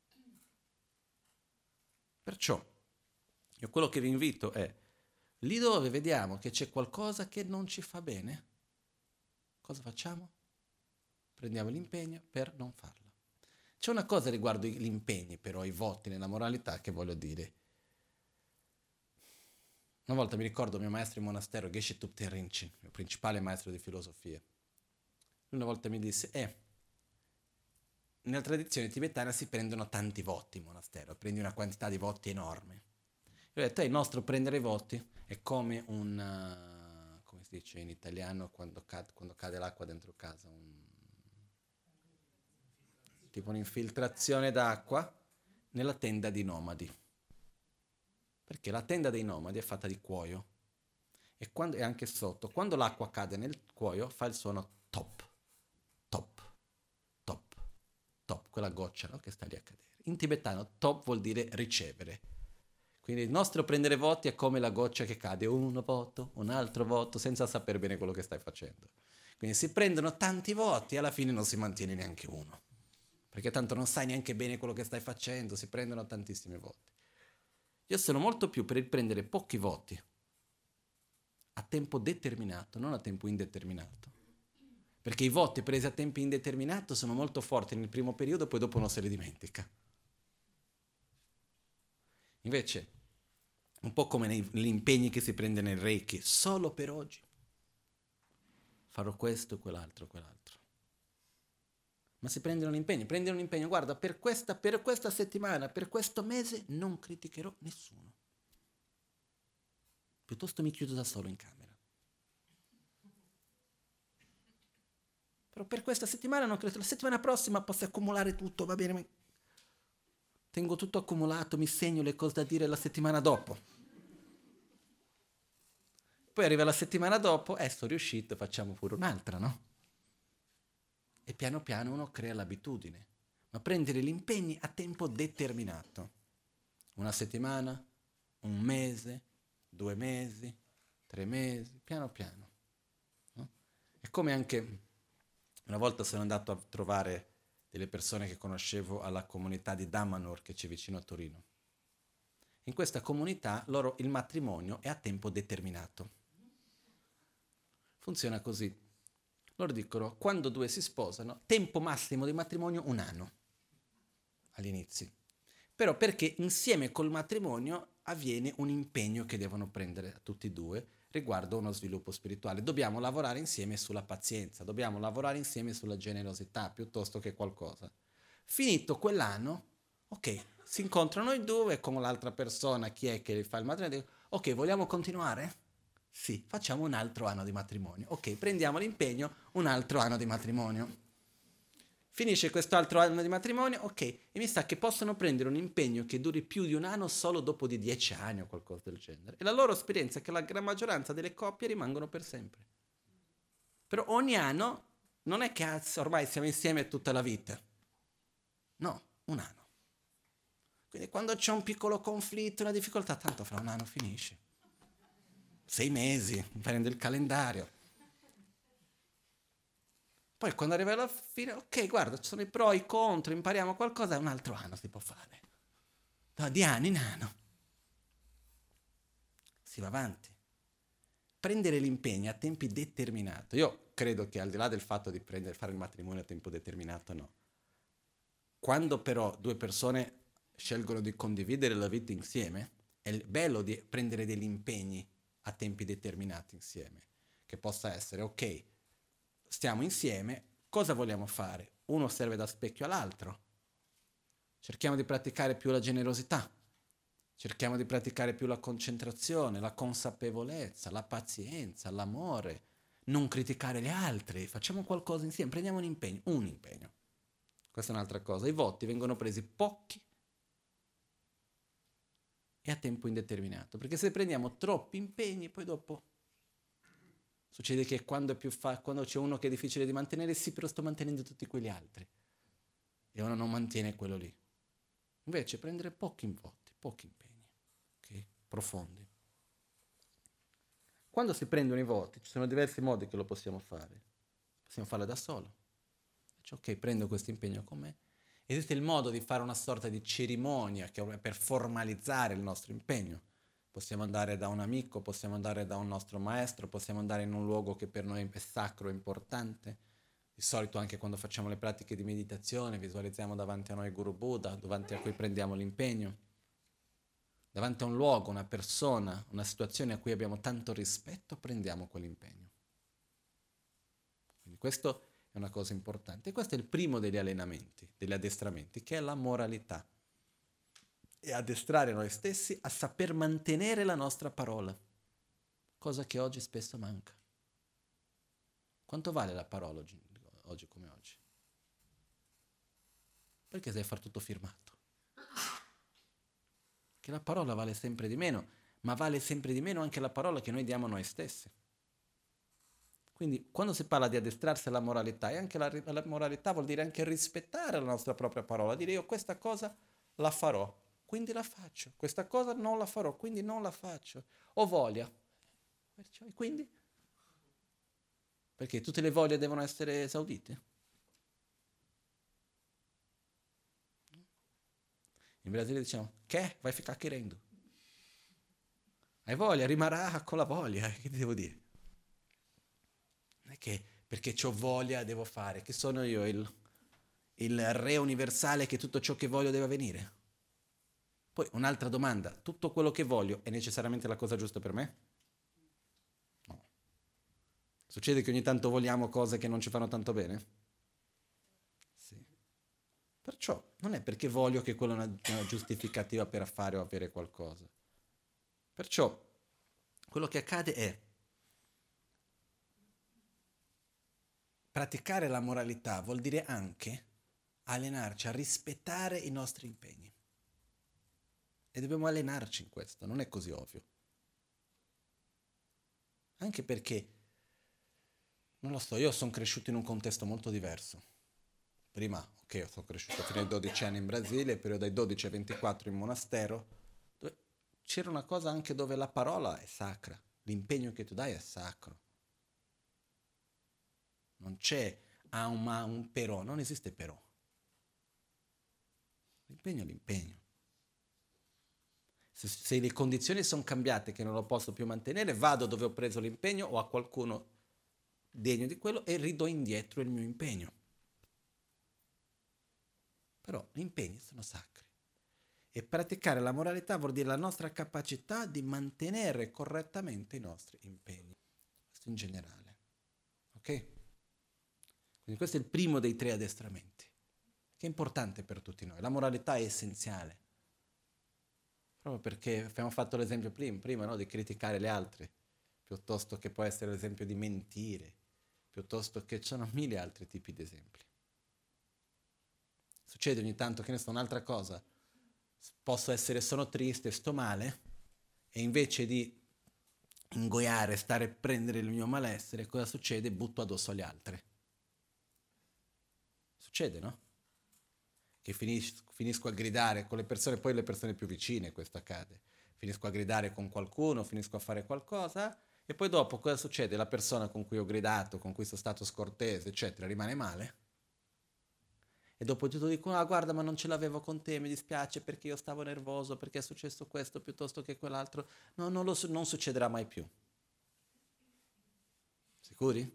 Perciò, io quello che vi invito è, lì dove vediamo che c'è qualcosa che non ci fa bene, cosa facciamo? Prendiamo l'impegno per non farlo. C'è una cosa riguardo gli impegni, però, i voti nella moralità che voglio dire. Una volta mi ricordo mio maestro in monastero, Geshe Thupten Rinchen, il principale maestro di filosofia. Una volta mi disse, eh, nella tradizione tibetana si prendono tanti voti in monastero, prendi una quantità di voti enorme. Io ho detto, eh, il nostro prendere i voti è come un, uh, come si dice in italiano, quando cade, quando cade l'acqua dentro casa, un, tipo un'infiltrazione d'acqua nella tenda di nomadi. Perché la tenda dei nomadi è fatta di cuoio e, quando, e anche sotto, quando l'acqua cade nel cuoio fa il suono top, top, top, top, quella goccia, no, che sta lì a cadere. In tibetano top vuol dire ricevere. Quindi il nostro prendere voti è come la goccia che cade, uno voto, un altro voto, senza sapere bene quello che stai facendo. Quindi si prendono tanti voti e alla fine non si mantiene neanche uno, perché tanto non sai neanche bene quello che stai facendo, si prendono tantissimi voti. Io sono molto più per il prendere pochi voti a tempo determinato, non a tempo indeterminato. Perché i voti presi a tempo indeterminato sono molto forti nel primo periodo, poi dopo non se li dimentica. Invece, un po' come negli impegni che si prende nel Reiki, solo per oggi farò questo, quell'altro, quell'altro. Ma si prendono un impegno, prendono un impegno, guarda, per questa, per questa settimana, per questo mese non criticherò nessuno. Piuttosto mi chiudo da solo in camera. Però per questa settimana non credo, la settimana prossima posso accumulare tutto, va bene, ma tengo tutto accumulato, mi segno le cose da dire la settimana dopo. Poi arriva la settimana dopo, eh, sono riuscito, facciamo pure un'altra, no? E piano piano uno crea l'abitudine. Ma prendere gli impegni a tempo determinato. Una settimana, un mese, due mesi, tre mesi, piano piano. No? È come anche una volta sono andato a trovare delle persone che conoscevo alla comunità di Damanhur, che c'è vicino a Torino. In questa comunità loro il matrimonio è a tempo determinato. Funziona così. Loro dicono, quando due si sposano, tempo massimo di matrimonio un anno, all'inizio. Però perché insieme col matrimonio avviene un impegno che devono prendere tutti e due riguardo uno sviluppo spirituale. Dobbiamo lavorare insieme sulla pazienza, dobbiamo lavorare insieme sulla generosità, piuttosto che qualcosa. Finito quell'anno, ok, si incontrano i due con l'altra persona, chi è che fa il matrimonio, dico, ok, vogliamo continuare? Sì, facciamo un altro anno di matrimonio. Ok, prendiamo l'impegno, un altro anno di matrimonio. Finisce quest'altro anno di matrimonio, ok, e mi sa che possono prendere un impegno che duri più di un anno solo dopo di dieci anni o qualcosa del genere. E la loro esperienza è che la gran maggioranza delle coppie rimangono per sempre. Però ogni anno non è che ormai siamo insieme tutta la vita. No, un anno. Quindi quando c'è un piccolo conflitto, una difficoltà, tanto fra un anno finisce. Sei mesi, prende il calendario. Poi quando arriva alla fine, ok, guarda, ci sono i pro e i contro, impariamo qualcosa, un altro anno si può fare. No, di anno in anno. Si va avanti. Prendere l'impegno a tempi determinati. Io credo che al di là del fatto di prendere, fare il matrimonio a tempo determinato, no. Quando però due persone scelgono di condividere la vita insieme, è bello di prendere degli impegni a tempi determinati insieme. Che possa essere, ok, stiamo insieme, cosa vogliamo fare? Uno serve da specchio all'altro. Cerchiamo di praticare più la generosità, cerchiamo di praticare più la concentrazione, la consapevolezza, la pazienza, l'amore, non criticare gli altri, facciamo qualcosa insieme, prendiamo un impegno, un impegno. Questa è un'altra cosa. I voti vengono presi pochi e a tempo indeterminato, perché se prendiamo troppi impegni, poi dopo succede che quando, è più fa- quando c'è uno che è difficile di mantenere, sì, però sto mantenendo tutti quegli altri. E uno non mantiene quello lì. Invece prendere pochi voti, pochi impegni, okay? Profondi. Quando si prendono i voti, ci sono diversi modi che lo possiamo fare. Possiamo farlo da solo. Dice, ok, prendo questo impegno con me. Esiste il modo di fare una sorta di cerimonia che è per formalizzare il nostro impegno. Possiamo andare da un amico, possiamo andare da un nostro maestro, possiamo andare in un luogo che per noi è sacro, importante. Di solito anche quando facciamo le pratiche di meditazione visualizziamo davanti a noi Guru Buddha, davanti a cui prendiamo l'impegno. Davanti a un luogo, una persona, una situazione a cui abbiamo tanto rispetto, prendiamo quell'impegno. Quindi questo è una cosa importante. E questo è il primo degli allenamenti, degli addestramenti, che è la moralità. E addestrare noi stessi a saper mantenere la nostra parola, cosa che oggi spesso manca. Quanto vale la parola oggi, oggi come oggi? Perché sai far tutto firmato? Che la parola vale sempre di meno, ma vale sempre di meno anche la parola che noi diamo a noi stessi. Quindi quando si parla di addestrarsi alla moralità, e anche la, la moralità vuol dire anche rispettare la nostra propria parola, dire io questa cosa la farò, quindi la faccio, questa cosa non la farò, quindi non la faccio. Ho voglia, perciò, e quindi? Perché tutte le voglie devono essere esaudite? In Brasile diciamo, che? Vai ficar querendo. Hai voglia, rimarrà con la voglia, che ti devo dire? Non è che perché ho voglia devo fare, che sono io il, il re universale che tutto ciò che voglio deve avvenire? Poi un'altra domanda, tutto quello che voglio è necessariamente la cosa giusta per me? No. Succede che ogni tanto vogliamo cose che non ci fanno tanto bene? Sì. Perciò non è perché voglio che quella è una, una giustificativa per fare o avere qualcosa. Perciò quello che accade è praticare la moralità vuol dire anche allenarci a rispettare i nostri impegni. E dobbiamo allenarci in questo, non è così ovvio. Anche perché, non lo so, io sono cresciuto in un contesto molto diverso. Prima, ok, sono cresciuto fino ai dodici anni in Brasile, però dai dodici ai ventiquattro in monastero, dove c'era una cosa anche dove la parola è sacra, l'impegno che tu dai è sacro. Non c'è ah, un ma, un però, non esiste però. L'impegno è l'impegno. Se, se le condizioni sono cambiate che non lo posso più mantenere, vado dove ho preso l'impegno o a qualcuno degno di quello e ridò indietro il mio impegno. Però gli impegni sono sacri. E praticare la moralità vuol dire la nostra capacità di mantenere correttamente i nostri impegni. Questo in generale. Ok? Quindi questo è il primo dei tre addestramenti, che è importante per tutti noi. La moralità è essenziale. Proprio perché abbiamo fatto l'esempio prima, prima no? Di criticare le altre, piuttosto che può essere l'esempio di mentire, piuttosto che ci sono mille altri tipi di esempi. Succede ogni tanto che ne so un'altra cosa, posso essere sono triste, sto male, e invece di ingoiare, stare a prendere il mio malessere, cosa succede? Butto addosso agli altri. Succede, no? Che finis- finisco a gridare con le persone, poi le persone più vicine questo accade. Finisco a gridare con qualcuno, finisco a fare qualcosa e poi dopo cosa succede? La persona con cui ho gridato, con cui sono stato scortese, eccetera, rimane male. E dopo tutto dico, ah guarda ma non ce l'avevo con te, mi dispiace perché io stavo nervoso, perché è successo questo piuttosto che quell'altro. No, non, lo, non succederà mai più. Sicuri?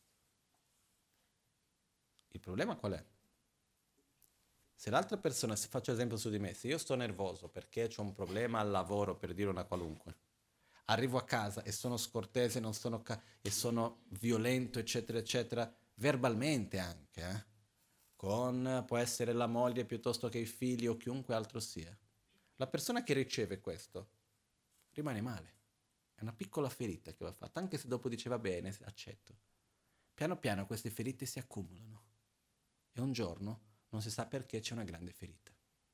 Il problema qual è? Se l'altra persona, se faccio esempio su di me, se io sto nervoso perché ho un problema al lavoro, per dire una qualunque, arrivo a casa e sono scortese, non sono ca- e sono violento, eccetera, eccetera, verbalmente anche, eh? Con, può essere la moglie piuttosto che i figli o chiunque altro sia. La persona che riceve questo rimane male. È una piccola ferita che va fatta, anche se dopo diceva bene, accetto. Piano piano queste ferite si accumulano e un giorno non si sa perché c'è una grande ferita.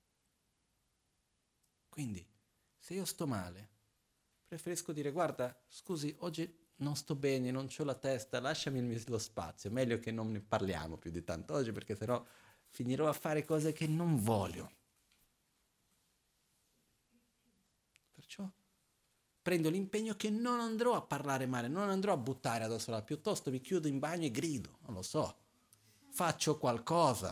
Quindi, se io sto male, preferisco dire guarda, scusi, oggi non sto bene, non ho la testa, lasciami il- lo spazio, meglio che non ne parliamo più di tanto oggi perché sennò finirò a fare cose che non voglio. Perciò prendo l'impegno che non andrò a parlare male, non andrò a buttare addosso la, piuttosto mi chiudo in bagno e grido, non lo so, faccio qualcosa,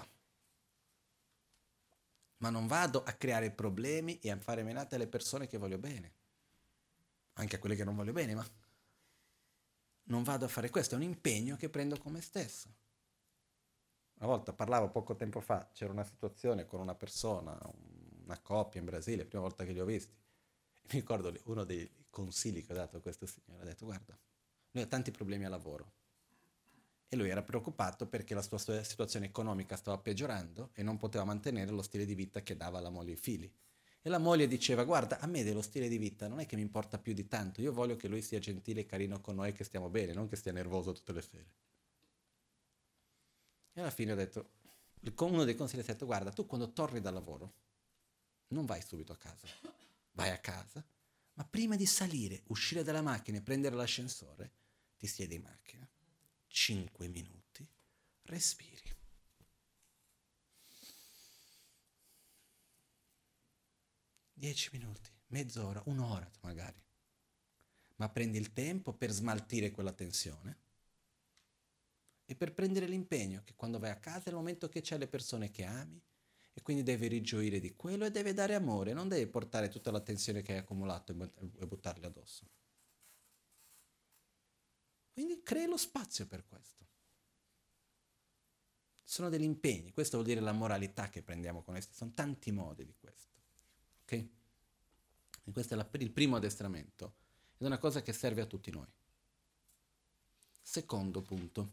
ma non vado a creare problemi e a fare menate alle persone che voglio bene, anche a quelle che non voglio bene, ma non vado a fare questo, è un impegno che prendo con me stesso. Una volta parlavo poco tempo fa, c'era una situazione con una persona, una coppia in Brasile, prima volta che li ho visti. E mi ricordo uno dei consigli che ho dato a questo signore, ha detto guarda, lui ha tanti problemi a lavoro e lui era preoccupato perché la sua situazione economica stava peggiorando e non poteva mantenere lo stile di vita che dava alla moglie e ai figli. E la moglie diceva guarda, a me dello stile di vita non è che mi importa più di tanto, io voglio che lui sia gentile e carino con noi, che stiamo bene, non che stia nervoso tutte le sere. E alla fine ho detto, uno dei consigli è stato guarda, tu quando torni dal lavoro non vai subito a casa, vai a casa, ma prima di salire, uscire dalla macchina e prendere l'ascensore, ti siedi in macchina, cinque minuti, respiri. dieci minuti, mezz'ora, un'ora magari, ma prendi il tempo per smaltire quella tensione e per prendere l'impegno che quando vai a casa è il momento che c'è le persone che ami e quindi devi rigioire di quello e devi dare amore, non devi portare tutta la tensione che hai accumulato e buttarli addosso. Quindi crei lo spazio per questo. Sono degli impegni, questo vuol dire la moralità che prendiamo con essi, sono tanti modi di questo. Ok? E questo è la, il primo addestramento ed è una cosa che serve a tutti noi. Secondo punto.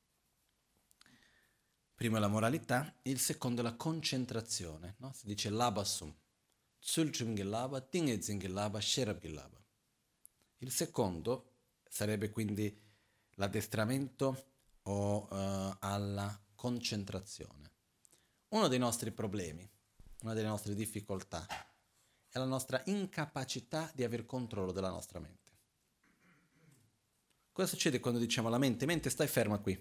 Primo è la moralità, il secondo è la concentrazione, no? Si dice labasum, sulchum gelaba, tingezin gelaba, sherab gelaba. Il secondo sarebbe quindi l'addestramento o uh, alla concentrazione. Uno dei nostri problemi, una delle nostre difficoltà è la nostra incapacità di aver controllo della nostra mente. Cosa succede quando diciamo alla mente, mente stai ferma qui?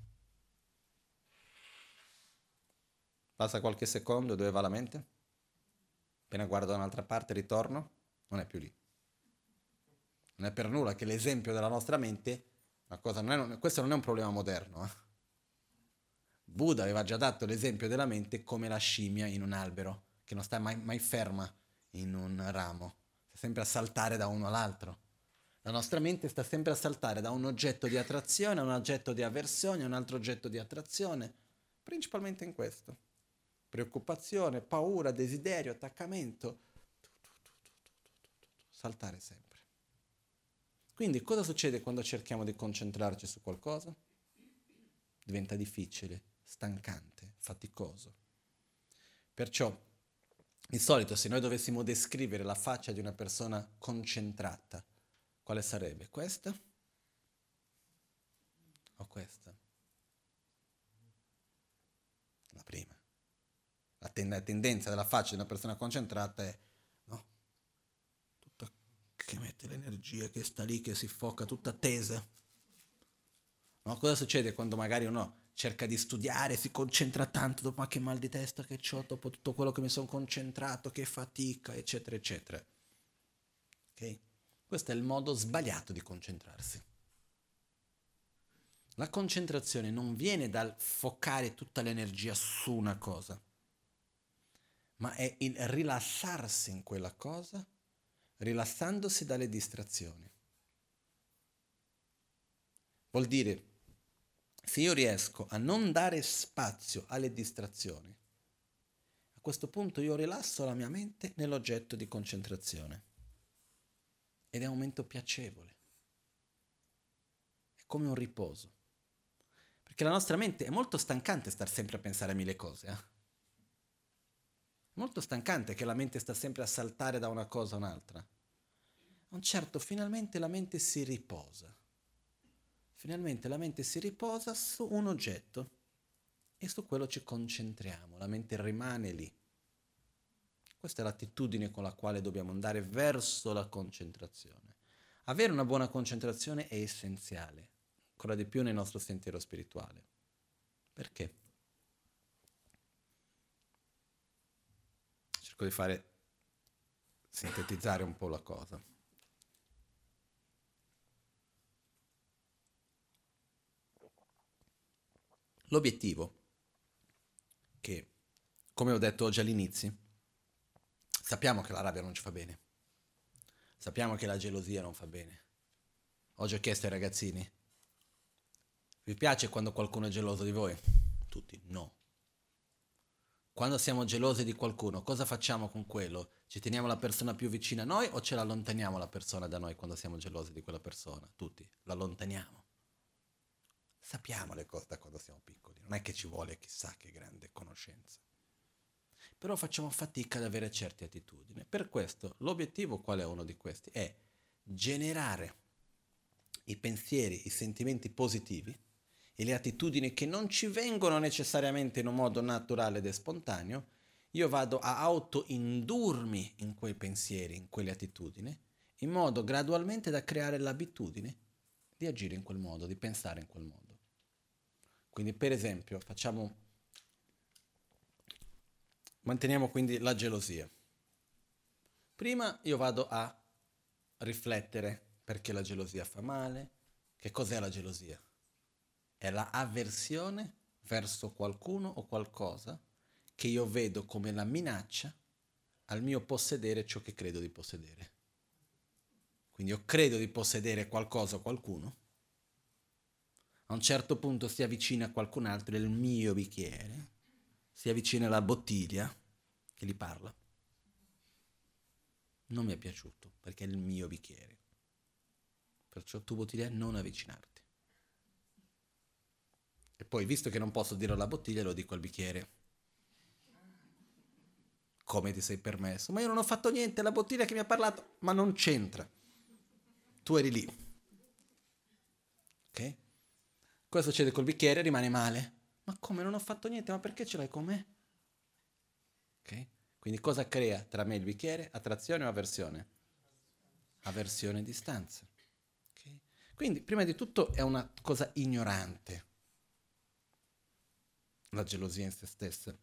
Passa qualche secondo, dove va la mente? Appena guardo da un'altra parte, ritorno, non è più lì. Non è per nulla che l'esempio della nostra mente, una cosa non è, questo non è un problema moderno. Eh? Buddha aveva già dato l'esempio della mente come la scimmia in un albero, che non sta mai, mai ferma in un ramo, sta sempre a saltare da uno all'altro. La nostra mente sta sempre a saltare da un oggetto di attrazione a un oggetto di avversione a un altro oggetto di attrazione, principalmente in questo. Preoccupazione, paura, desiderio, attaccamento, saltare sempre. Quindi cosa succede quando cerchiamo di concentrarci su qualcosa? Diventa difficile, stancante, faticoso. Perciò, di solito, se noi dovessimo descrivere la faccia di una persona concentrata, quale sarebbe? Questa? O questa? La prima. La, ten- la tendenza della faccia di una persona concentrata è, no? Tutta che mette l'energia, che sta lì, che si foca, tutta tesa. No? Cosa succede quando magari uno cerca di studiare, si concentra tanto, dopo ma che mal di testa che ho, dopo tutto quello che mi sono concentrato, che fatica, eccetera, eccetera. Ok? Questo è il modo sbagliato di concentrarsi. La concentrazione non viene dal focare tutta l'energia su una cosa, ma è il rilassarsi in quella cosa, rilassandosi dalle distrazioni. Vuol dire, se io riesco a non dare spazio alle distrazioni, a questo punto io rilasso la mia mente nell'oggetto di concentrazione. Ed è un momento piacevole. È come un riposo. Perché la nostra mente è molto stancante star sempre a pensare a mille cose. Eh? È molto stancante che la mente sta sempre a saltare da una cosa a un'altra. A un certo, finalmente la mente si riposa. Finalmente la mente si riposa su un oggetto e su quello ci concentriamo. La mente rimane lì. Questa è l'attitudine con la quale dobbiamo andare verso la concentrazione. Avere una buona concentrazione è essenziale, ancora di più nel nostro sentiero spirituale. Perché? Cerco di fare, sintetizzare un po' la cosa. L'obiettivo, che come ho detto oggi all'inizio, sappiamo che la rabbia non ci fa bene, sappiamo che la gelosia non fa bene. Oggi ho chiesto ai ragazzini, vi piace quando qualcuno è geloso di voi? Tutti, no. Quando siamo gelosi di qualcuno, cosa facciamo con quello? Ci teniamo la persona più vicina a noi o ce la allontaniamo la persona da noi quando siamo gelosi di quella persona? Tutti, la allontaniamo. Sappiamo le cose da quando siamo piccoli, non è che ci vuole chissà che grande conoscenza. Però facciamo fatica ad avere certe attitudini. Per questo l'obiettivo, qual è uno di questi? È generare i pensieri, i sentimenti positivi e le attitudini che non ci vengono necessariamente in un modo naturale ed spontaneo. Io vado a autoindurmi in quei pensieri, in quelle attitudini, in modo gradualmente da creare l'abitudine di agire in quel modo, di pensare in quel modo. Quindi per esempio facciamo, manteniamo quindi la gelosia. Prima io vado a riflettere perché la gelosia fa male, che cos'è la gelosia? È la avversione verso qualcuno o qualcosa che io vedo come la minaccia al mio possedere ciò che credo di possedere. Quindi io credo di possedere qualcosa o qualcuno, a un certo punto si avvicina a qualcun altro, è il mio bicchiere, si avvicina alla bottiglia che gli parla. Non mi è piaciuto perché è il mio bicchiere. Perciò tu bottiglia non avvicinarti. E poi, visto che non posso dire alla bottiglia, lo dico al bicchiere. Come ti sei permesso? Ma io non ho fatto niente, la bottiglia che mi ha parlato, ma non c'entra. Tu eri lì. Ok? Cosa succede col bicchiere? Rimane male. Ma come non ho fatto niente? Ma perché ce l'hai con me? Ok? Quindi cosa crea tra me e il bicchiere? Attrazione o avversione? Avversione e distanza. Okay? Quindi, prima di tutto, è una cosa ignorante, la gelosia in se stessa.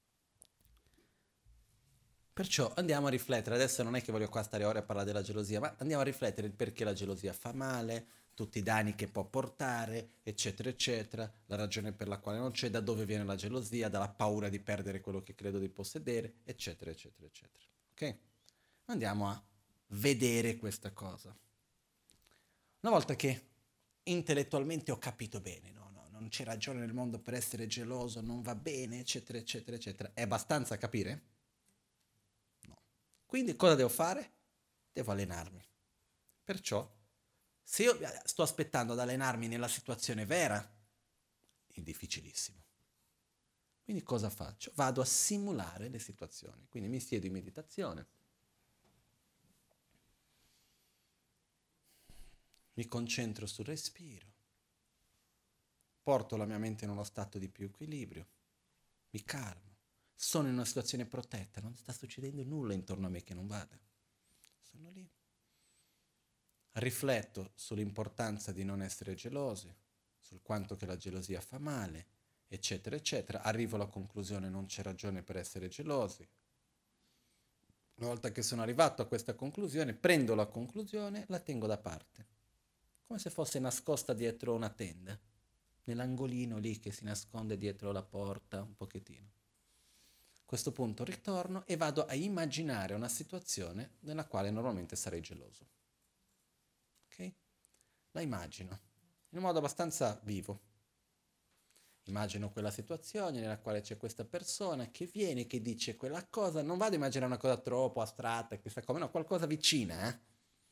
Perciò andiamo a riflettere, adesso non è che voglio qua stare ore a parlare della gelosia, ma andiamo a riflettere il perché la gelosia fa male, tutti i danni che può portare, eccetera, eccetera, la ragione per la quale non c'è, da dove viene la gelosia, dalla paura di perdere quello che credo di possedere, eccetera, eccetera, eccetera. Ok? Andiamo a vedere questa cosa. Una volta che intellettualmente ho capito bene, no, no, non c'è ragione nel mondo per essere geloso, non va bene, eccetera, eccetera, eccetera, è abbastanza capire? Quindi cosa devo fare? Devo allenarmi. Perciò, se io sto aspettando ad allenarmi nella situazione vera, è difficilissimo. Quindi cosa faccio? Vado a simulare le situazioni. Quindi mi siedo in meditazione, mi concentro sul respiro, porto la mia mente in uno stato di più equilibrio, mi calmo. Sono in una situazione protetta, non sta succedendo nulla intorno a me che non vada. Sono lì. Rifletto sull'importanza di non essere gelosi, sul quanto che la gelosia fa male, eccetera, eccetera. Arrivo alla conclusione, non c'è ragione per essere gelosi. Una volta che sono arrivato a questa conclusione, prendo la conclusione, la tengo da parte, come se fosse nascosta dietro una tenda, nell'angolino lì che si nasconde dietro la porta un pochettino. A questo punto ritorno e vado a immaginare una situazione nella quale normalmente sarei geloso. Ok? La immagino in un modo abbastanza vivo. Immagino quella situazione nella quale c'è questa persona che viene, che dice quella cosa. Non vado a immaginare una cosa troppo astratta, chissà come, no, qualcosa vicina, eh?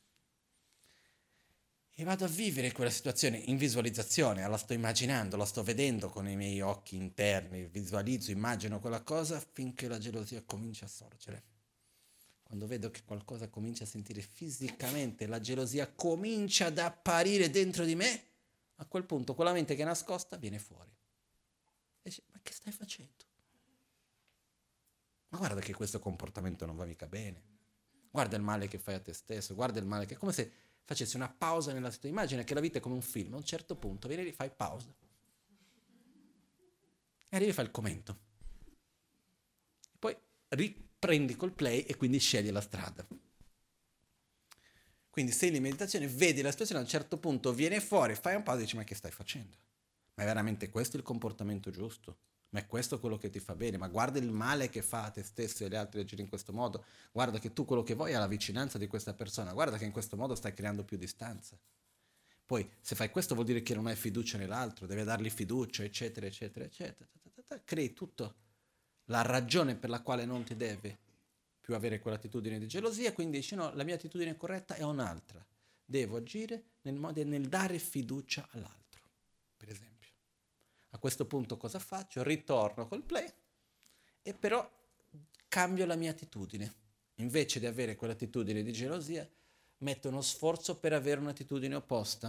E vado a vivere quella situazione in visualizzazione, la sto immaginando, la sto vedendo con i miei occhi interni, visualizzo, immagino quella cosa finché la gelosia comincia a sorgere. Quando vedo che qualcosa comincia a sentire fisicamente, la gelosia comincia ad apparire dentro di me, a quel punto quella mente che è nascosta viene fuori. E dice, ma che stai facendo? Ma guarda che questo comportamento non va mica bene. Guarda il male che fai a te stesso, guarda il male che... è come se facessi una pausa nella tua immagine, che la vita è come un film, a un certo punto vieni lì, fai pausa e arrivi e fai il commento, poi riprendi col play e quindi scegli la strada. Quindi sei in meditazione, vedi la situazione, a un certo punto viene fuori, fai un pausa e dici, ma che stai facendo? Ma è veramente questo il comportamento giusto? Ma è questo quello che ti fa bene? Ma guarda il male che fa a te stesso e agli altri agire in questo modo. Guarda che tu quello che vuoi è la vicinanza di questa persona. Guarda che in questo modo stai creando più distanza. Poi, se fai questo vuol dire che non hai fiducia nell'altro, devi dargli fiducia, eccetera, eccetera, eccetera. Crei tutto la ragione per la quale non ti deve più avere quell'attitudine di gelosia, quindi dici no, la mia attitudine corretta è un'altra. Devo agire nel, modo, nel dare fiducia all'altro, per esempio. A questo punto cosa faccio? Ritorno col play e però cambio la mia attitudine. Invece di avere quell'attitudine di gelosia, metto uno sforzo per avere un'attitudine opposta.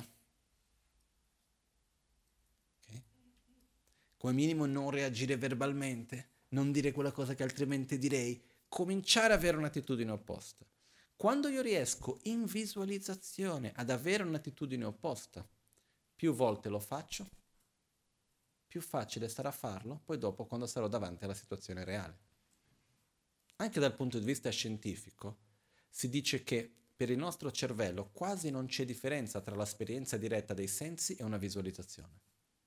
Okay? Come minimo non reagire verbalmente, non dire quella cosa che altrimenti direi, cominciare ad avere un'attitudine opposta. Quando io riesco in visualizzazione ad avere un'attitudine opposta, più volte lo faccio, più facile sarà farlo poi dopo quando sarò davanti alla situazione reale. Anche dal punto di vista scientifico si dice che per il nostro cervello quasi non c'è differenza tra l'esperienza diretta dei sensi e una visualizzazione.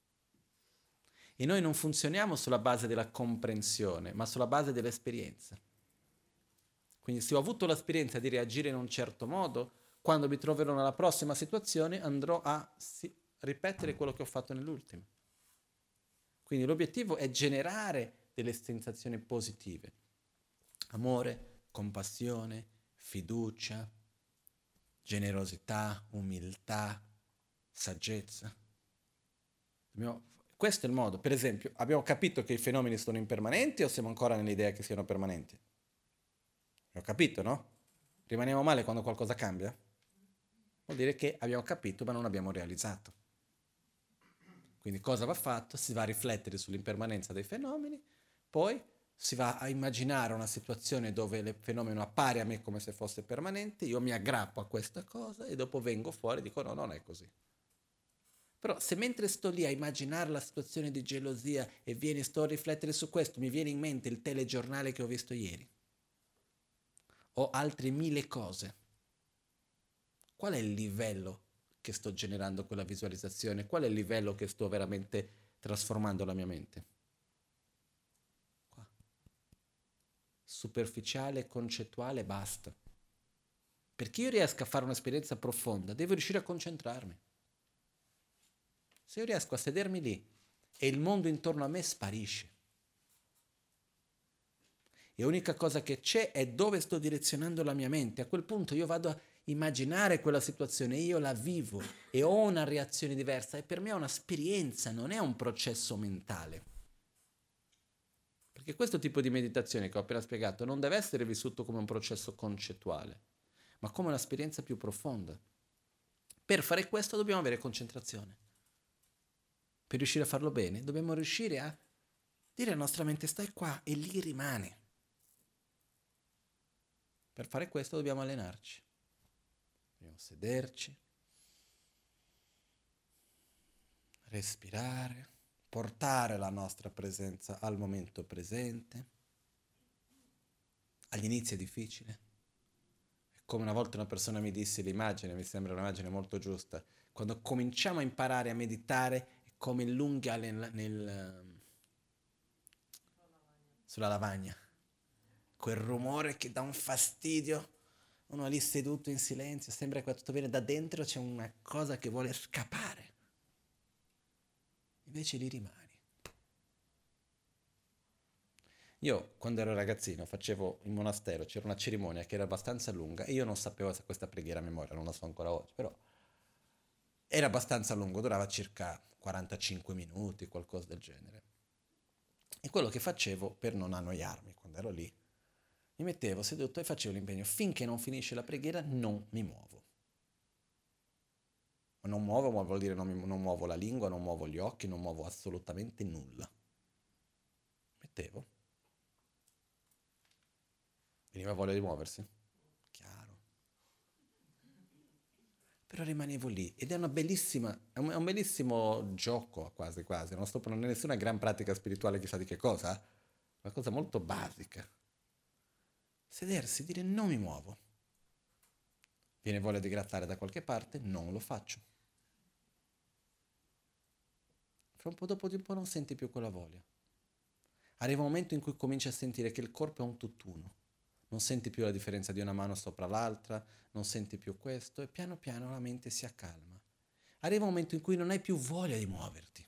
E noi non funzioniamo sulla base della comprensione, ma sulla base dell'esperienza. Quindi se ho avuto l'esperienza di reagire in un certo modo, quando mi troverò nella prossima situazione andrò a sì, ripetere quello che ho fatto nell'ultima. Quindi l'obiettivo è generare delle sensazioni positive. Amore, compassione, fiducia, generosità, umiltà, saggezza. Dobbiamo... Questo è il modo. Per esempio, abbiamo capito che i fenomeni sono impermanenti o siamo ancora nell'idea che siano permanenti? Ho capito, no? Rimaniamo male quando qualcosa cambia? Vuol dire che abbiamo capito ma non abbiamo realizzato. Quindi cosa va fatto? Si va a riflettere sull'impermanenza dei fenomeni, poi si va a immaginare una situazione dove il fenomeno appare a me come se fosse permanente, io mi aggrappo a questa cosa e dopo vengo fuori e dico no, non è così. Però se mentre sto lì a immaginare la situazione di gelosia e viene, sto a riflettere su questo, mi viene in mente il telegiornale che ho visto ieri, o altre mille cose, qual è il livello che sto generando quella visualizzazione? Qual è il livello che sto veramente trasformando la mia mente? Qua. Superficiale, concettuale, basta. Perché io riesca a fare un'esperienza profonda, devo riuscire a concentrarmi. Se io riesco a sedermi lì e il mondo intorno a me sparisce, e l'unica cosa che c'è è dove sto direzionando la mia mente, a quel punto io vado a immaginare quella situazione, io la vivo e ho una reazione diversa, e per me è un'esperienza, non è un processo mentale. Perché questo tipo di meditazione che ho appena spiegato non deve essere vissuto come un processo concettuale, ma come un'esperienza più profonda. Per fare questo dobbiamo avere concentrazione. Per riuscire a farlo bene dobbiamo riuscire a dire alla nostra mente stai qua, e lì rimane. Per fare questo dobbiamo allenarci. Dobbiamo sederci, respirare, portare la nostra presenza al momento presente. Agli inizi è difficile. È come una volta una persona mi disse l'immagine, mi sembra un'immagine molto giusta, quando cominciamo a imparare a meditare è come l'unghia nel, nel, sulla lavagna. Quel rumore che dà un fastidio, uno è lì seduto in silenzio, sembra che va tutto bene, da dentro c'è una cosa che vuole scappare. Invece lì rimani. Io quando ero ragazzino facevo in monastero, c'era una cerimonia che era abbastanza lunga e io non sapevo se questa preghiera a memoria, non la so ancora oggi, però era abbastanza lungo, durava circa quarantacinque minuti, qualcosa del genere. E quello che facevo per non annoiarmi quando ero lì, mi mettevo seduto e facevo l'impegno. Finché non finisce la preghiera non mi muovo. Non muovo vuol dire non, mi, non muovo la lingua, non muovo gli occhi, non muovo assolutamente nulla. Mettevo. Veniva voglia di muoversi. Chiaro. Però rimanevo lì ed è una bellissima, è un, è un bellissimo gioco quasi quasi. Non sto parlando di nessuna gran pratica spirituale chissà di che cosa, una cosa molto basica. Sedersi, dire non mi muovo. Viene voglia di grattare da qualche parte, non lo faccio. Fra un po' dopo di un po' non senti più quella voglia. Arriva un momento in cui cominci a sentire che il corpo è un tutt'uno. Non senti più la differenza di una mano sopra l'altra, non senti più questo, e piano piano la mente si accalma. Arriva un momento in cui non hai più voglia di muoverti.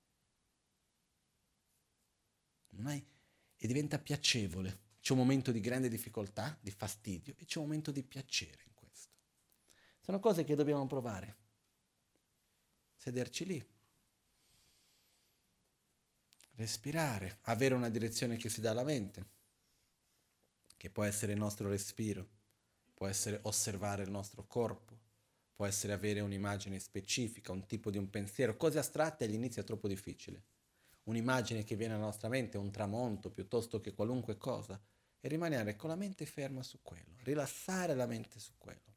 Non hai, e diventa piacevole. C'è un momento di grande difficoltà, di fastidio, e c'è un momento di piacere in questo. Sono cose che dobbiamo provare. Sederci lì. Respirare, avere una direzione che si dà alla mente, che può essere il nostro respiro, può essere osservare il nostro corpo, può essere avere un'immagine specifica, un tipo di un pensiero. Cose astratte all'inizio è troppo difficile. Un'immagine che viene alla nostra mente, un tramonto piuttosto che qualunque cosa, e rimanere con la mente ferma su quello, rilassare la mente su quello.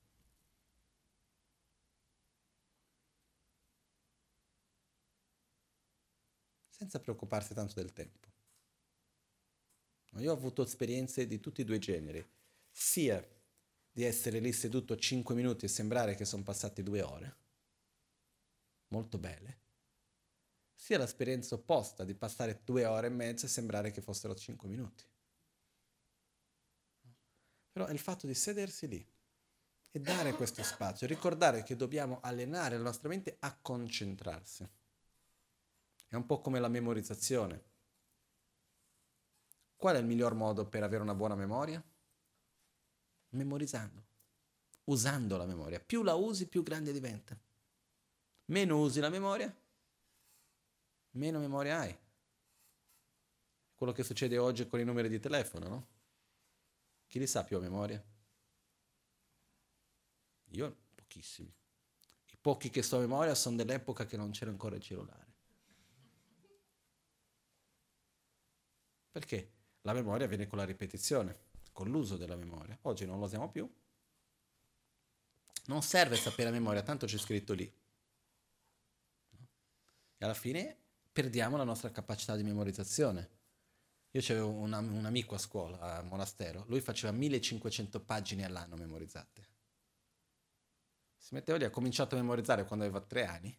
Senza preoccuparsi tanto del tempo. Io ho avuto esperienze di tutti e due i generi, sia di essere lì seduto cinque minuti e sembrare che sono passati due ore, molto belle, sia l'esperienza opposta di passare due ore e mezza e sembrare che fossero cinque minuti. Però è il fatto di sedersi lì e dare questo spazio, ricordare che dobbiamo allenare la nostra mente a concentrarsi. È un po' come la memorizzazione. Qual è il miglior modo per avere una buona memoria? Memorizzando, usando la memoria. Più la usi, più grande diventa. Meno usi la memoria, meno memoria hai. Quello che succede oggi con i numeri di telefono, no? Chi li sa più a memoria? Io pochissimi. I pochi che so a memoria sono dell'epoca che non c'era ancora il cellulare. Perché? La memoria viene con la ripetizione, con l'uso della memoria. Oggi non lo usiamo più. Non serve sapere a memoria, tanto c'è scritto lì. E alla fine perdiamo la nostra capacità di memorizzazione. Io avevo un, am- un amico a scuola, a monastero, lui faceva millecinquecento pagine all'anno memorizzate. Si metteva lì, ha cominciato a memorizzare quando aveva tre anni,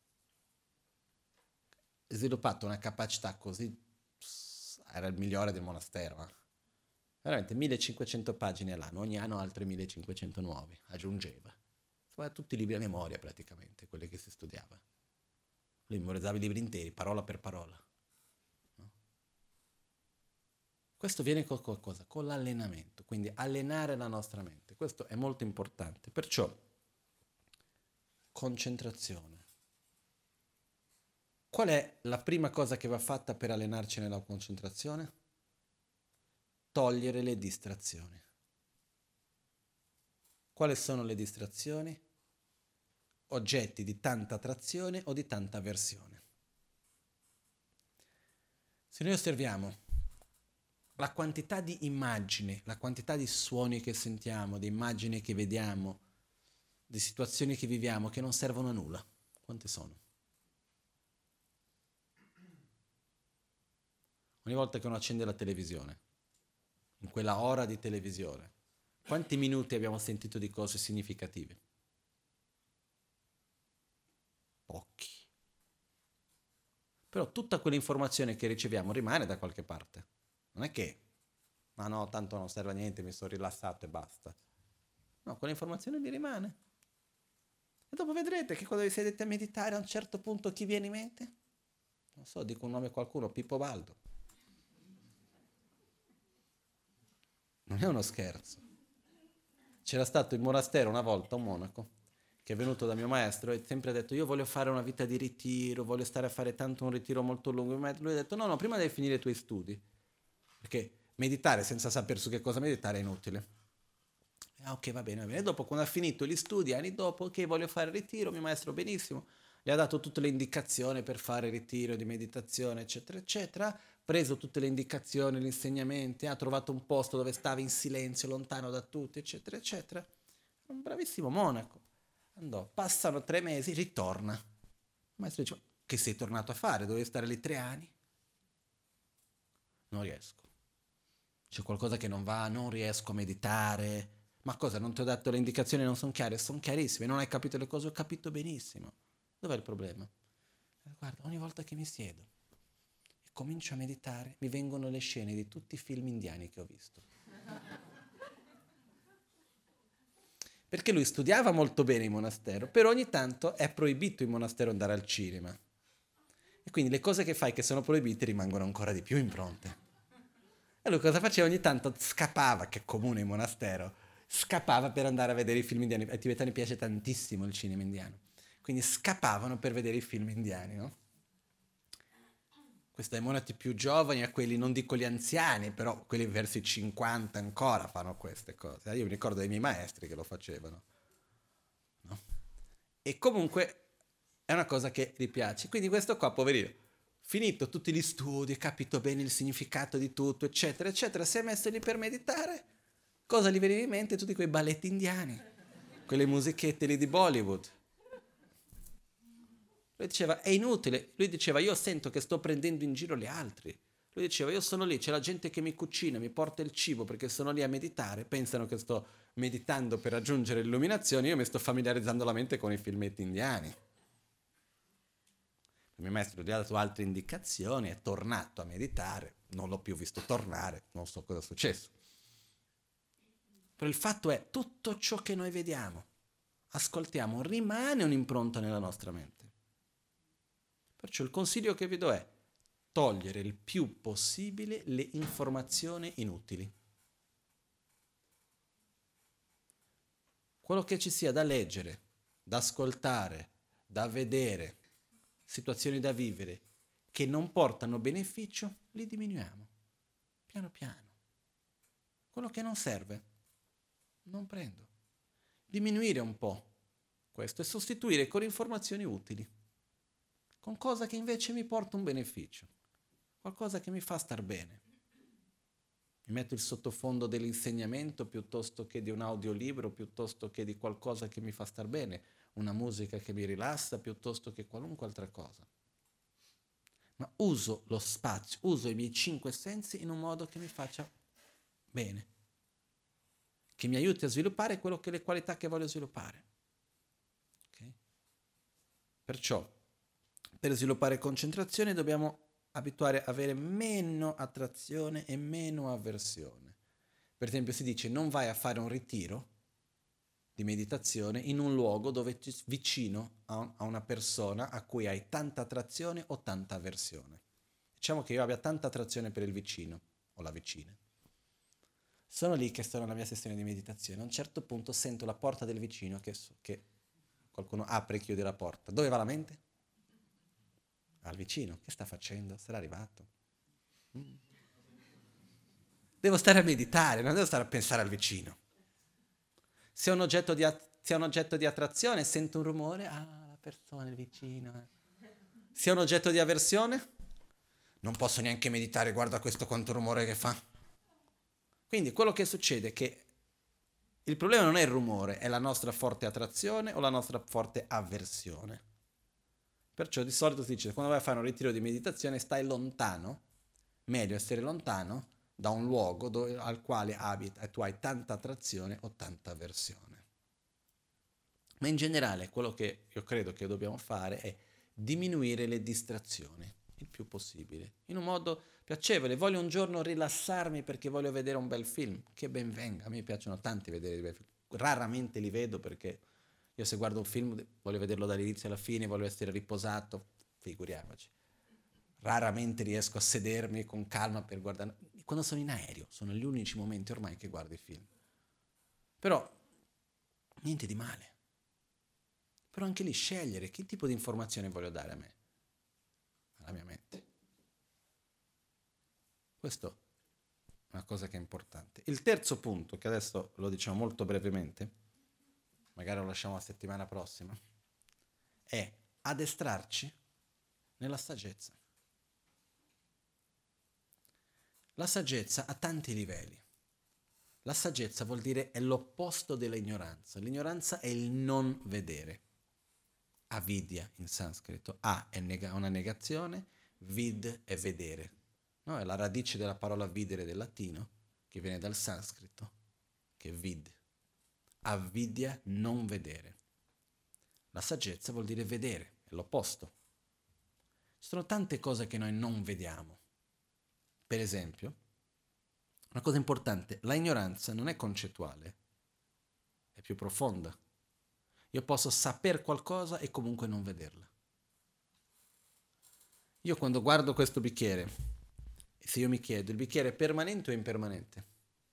ha sviluppato una capacità così, pss, era il migliore del monastero, eh. Veramente millecinquecento pagine all'anno, ogni anno altri millecinquecento nuovi, aggiungeva. Faceva tutti i libri a memoria praticamente, quelli che si studiava. Lui memorizzava i libri interi, parola per parola. No? Questo viene con qualcosa, con l'allenamento, quindi allenare la nostra mente. Questo è molto importante. Perciò, concentrazione. Qual è la prima cosa che va fatta per allenarci nella concentrazione? Togliere le distrazioni. Quali sono le distrazioni? Oggetti di tanta attrazione o di tanta avversione. Se noi osserviamo la quantità di immagini, la quantità di suoni che sentiamo, di immagini che vediamo, di situazioni che viviamo che non servono a nulla, quante sono? Ogni volta che uno accende la televisione, in quella ora di televisione, quanti minuti abbiamo sentito di cose significative? Pochi. Però tutta quell'informazione che riceviamo rimane da qualche parte. Non è che, ma no, tanto non serve a niente, mi sono rilassato e basta. No, quell'informazione mi rimane. E dopo vedrete che quando vi sedete a meditare a un certo punto chi viene in mente? Non so, dico un nome a qualcuno, Pippo Baldo. Non è uno scherzo. C'era stato in monastero una volta un monaco che è venuto da mio maestro e ha sempre detto io voglio fare una vita di ritiro, voglio stare a fare tanto un ritiro molto lungo. Lui ha detto no, no, prima devi finire i tuoi studi, perché meditare senza sapere su che cosa meditare è inutile. Ah, ok, va bene, va bene. E dopo, quando ha finito gli studi, anni dopo, ok, voglio fare il ritiro, mio maestro, benissimo, gli ha dato tutte le indicazioni per fare il ritiro di meditazione, eccetera, eccetera, preso tutte le indicazioni, gli insegnamenti, ha trovato un posto dove stava in silenzio, lontano da tutti, eccetera, eccetera. Un bravissimo monaco. Andò, passano tre mesi, ritorna. Il maestro dice, che sei tornato a fare? Dovevi stare lì tre anni? Non riesco. C'è qualcosa che non va, non riesco a meditare. Ma cosa, non ti ho dato le indicazioni, non sono chiare? Sono chiarissime, non hai capito le cose, ho capito benissimo. Dov'è il problema? Guarda, ogni volta che mi siedo e comincio a meditare, mi vengono le scene di tutti i film indiani che ho visto. Perché lui studiava molto bene in monastero, però ogni tanto è proibito in monastero andare al cinema. E quindi le cose che fai che sono proibite rimangono ancora di più impronte. E lui cosa faceva? Ogni tanto scappava, che è comune in monastero, scappava per andare a vedere i film indiani. Ai tibetani piace tantissimo il cinema indiano. Quindi scappavano per vedere i film indiani, no? Questo ai monati più giovani, a quelli, non dico gli anziani, però quelli verso i cinquanta ancora fanno queste cose. Io mi ricordo dei miei maestri che lo facevano. No? E comunque è una cosa che gli piace. Quindi questo qua, poverino, finito tutti gli studi, capito bene il significato di tutto, eccetera, eccetera, si è messo lì per meditare. Cosa gli veniva in mente? Tutti quei balletti indiani, quelle musichette lì di Bollywood. Lui diceva, è inutile. Lui diceva, io sento che sto prendendo in giro gli altri. Lui diceva, io sono lì, c'è la gente che mi cucina, mi porta il cibo perché sono lì a meditare, pensano che sto meditando per raggiungere l'illuminazione, io mi sto familiarizzando la mente con i filmetti indiani. Il mio maestro gli ha dato altre indicazioni, è tornato a meditare, non l'ho più visto tornare, non so cosa è successo. Però il fatto è, tutto ciò che noi vediamo, ascoltiamo, rimane un'impronta nella nostra mente. Perciò il consiglio che vi do è togliere il più possibile le informazioni inutili. Quello che ci sia da leggere, da ascoltare, da vedere, situazioni da vivere che non portano beneficio, li diminuiamo, piano piano. Quello che non serve, non prendo. Diminuire un po' questo e sostituire con informazioni utili, con cosa che invece mi porta un beneficio, qualcosa che mi fa star bene. Mi metto il sottofondo dell'insegnamento piuttosto che di un audiolibro, piuttosto che di qualcosa che mi fa star bene, una musica che mi rilassa piuttosto che qualunque altra cosa. ma uso lo spazio, uso i miei cinque sensi in un modo che mi faccia bene, che mi aiuti a sviluppare quello che le qualità che voglio sviluppare. Okay? Perciò, per sviluppare concentrazione dobbiamo abituare a avere meno attrazione e meno avversione. Per esempio si dice non vai a fare un ritiro di meditazione in un luogo dove ti vicino a, un, a una persona a cui hai tanta attrazione o tanta avversione. Diciamo che io abbia tanta attrazione per il vicino o la vicina. Sono lì che sto nella mia sessione di meditazione. A un certo punto sento la porta del vicino che, che qualcuno apre e chiude la porta. Dove va la mente? Al vicino. Che sta facendo? Sarà arrivato. Mm. Devo stare a meditare, non devo stare a pensare al vicino. Se è un oggetto di, att- se è un oggetto di attrazione, sento un rumore, ah, la persona, il vicino. Se è un oggetto di avversione, non posso neanche meditare, guarda questo quanto rumore che fa. Quindi quello che succede è che il problema non è il rumore, è la nostra forte attrazione o la nostra forte avversione. Perciò di solito si dice, quando vai a fare un ritiro di meditazione, stai lontano, meglio essere lontano da un luogo dove, al quale abita e tu hai tanta attrazione o tanta avversione. Ma in generale quello che io credo che dobbiamo fare è diminuire le distrazioni il più possibile, in un modo piacevole. Voglio un giorno rilassarmi perché voglio vedere un bel film, che ben venga, a me piacciono tanti vedere i bei film, raramente li vedo perché io se guardo un film voglio vederlo dall'inizio alla fine, voglio essere riposato, figuriamoci. Raramente riesco a sedermi con calma per guardare. Quando sono in aereo, sono gli unici momenti ormai che guardo i film. Però, niente di male. Però anche lì scegliere che tipo di informazione voglio dare a me, alla mia mente. Questo è una cosa che è importante. Il terzo punto, che adesso lo diciamo molto brevemente, magari lo lasciamo la settimana prossima, è addestrarci nella saggezza. La saggezza ha tanti livelli. La saggezza vuol dire è l'opposto dell'ignoranza. L'ignoranza è il non vedere. Avidya in sanscrito. A è neg- una negazione, vid è vedere. No, è la radice della parola videre del latino, che viene dal sanscrito, che è vid. Avidya, non vedere. La saggezza vuol dire vedere, è l'opposto. Ci sono tante cose che noi non vediamo. Per esempio, una cosa importante, la ignoranza non è concettuale, è più profonda. Io posso saper qualcosa e comunque non vederla. Io quando guardo questo bicchiere, se io mi chiedo, il bicchiere è permanente o impermanente?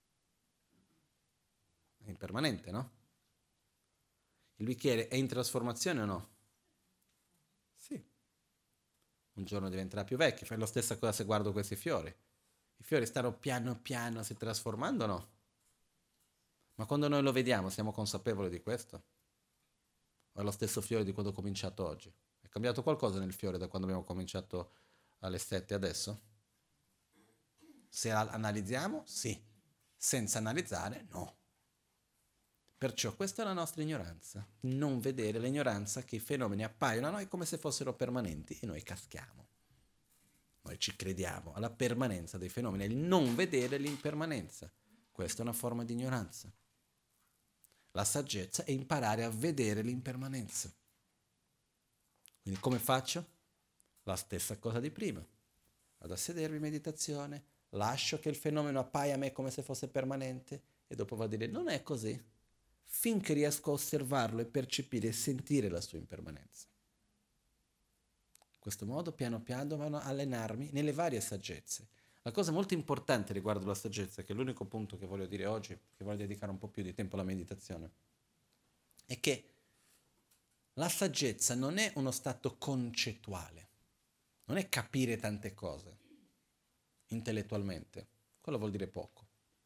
È impermanente, no? Il bicchiere è in trasformazione o no? Sì. Un giorno diventerà più vecchio, fai la stessa cosa se guardo questi fiori. I fiori stanno piano piano si trasformando o no? Ma quando noi lo vediamo siamo consapevoli di questo? O è lo stesso fiore di quando ho cominciato oggi? È cambiato qualcosa nel fiore da quando abbiamo cominciato alle sette adesso? Se analizziamo, sì. Senza analizzare, no. Perciò questa è la nostra ignoranza. Non vedere l'ignoranza che i fenomeni appaiono a noi come se fossero permanenti e noi caschiamo. Noi ci crediamo alla permanenza dei fenomeni, il non vedere l'impermanenza. Questa è una forma di ignoranza. La saggezza è imparare a vedere l'impermanenza. Quindi come faccio? La stessa cosa di prima. Vado a sedermi in meditazione, lascio che il fenomeno appaia a me come se fosse permanente e dopo vado a dire non è così, finché riesco a osservarlo e percepire e sentire la sua impermanenza. In questo modo piano piano vado a allenarmi nelle varie saggezze. La cosa molto importante riguardo la saggezza, che è l'unico punto che voglio dire oggi, che voglio dedicare un po' più di tempo alla meditazione, è che la saggezza non è uno stato concettuale, non è capire tante cose intellettualmente, quello vuol dire poco.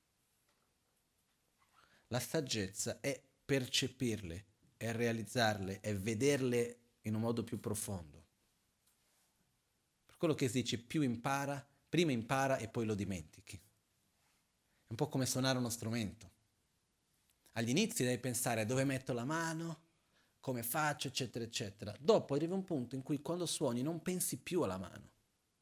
La saggezza è percepirle, è realizzarle, è vederle in un modo più profondo. Per quello che si dice più impara, prima impara e poi lo dimentichi. È un po' come suonare uno strumento. Agli inizi devi pensare a dove metto la mano, come faccio, eccetera, eccetera. Dopo arriva un punto in cui quando suoni non pensi più alla mano.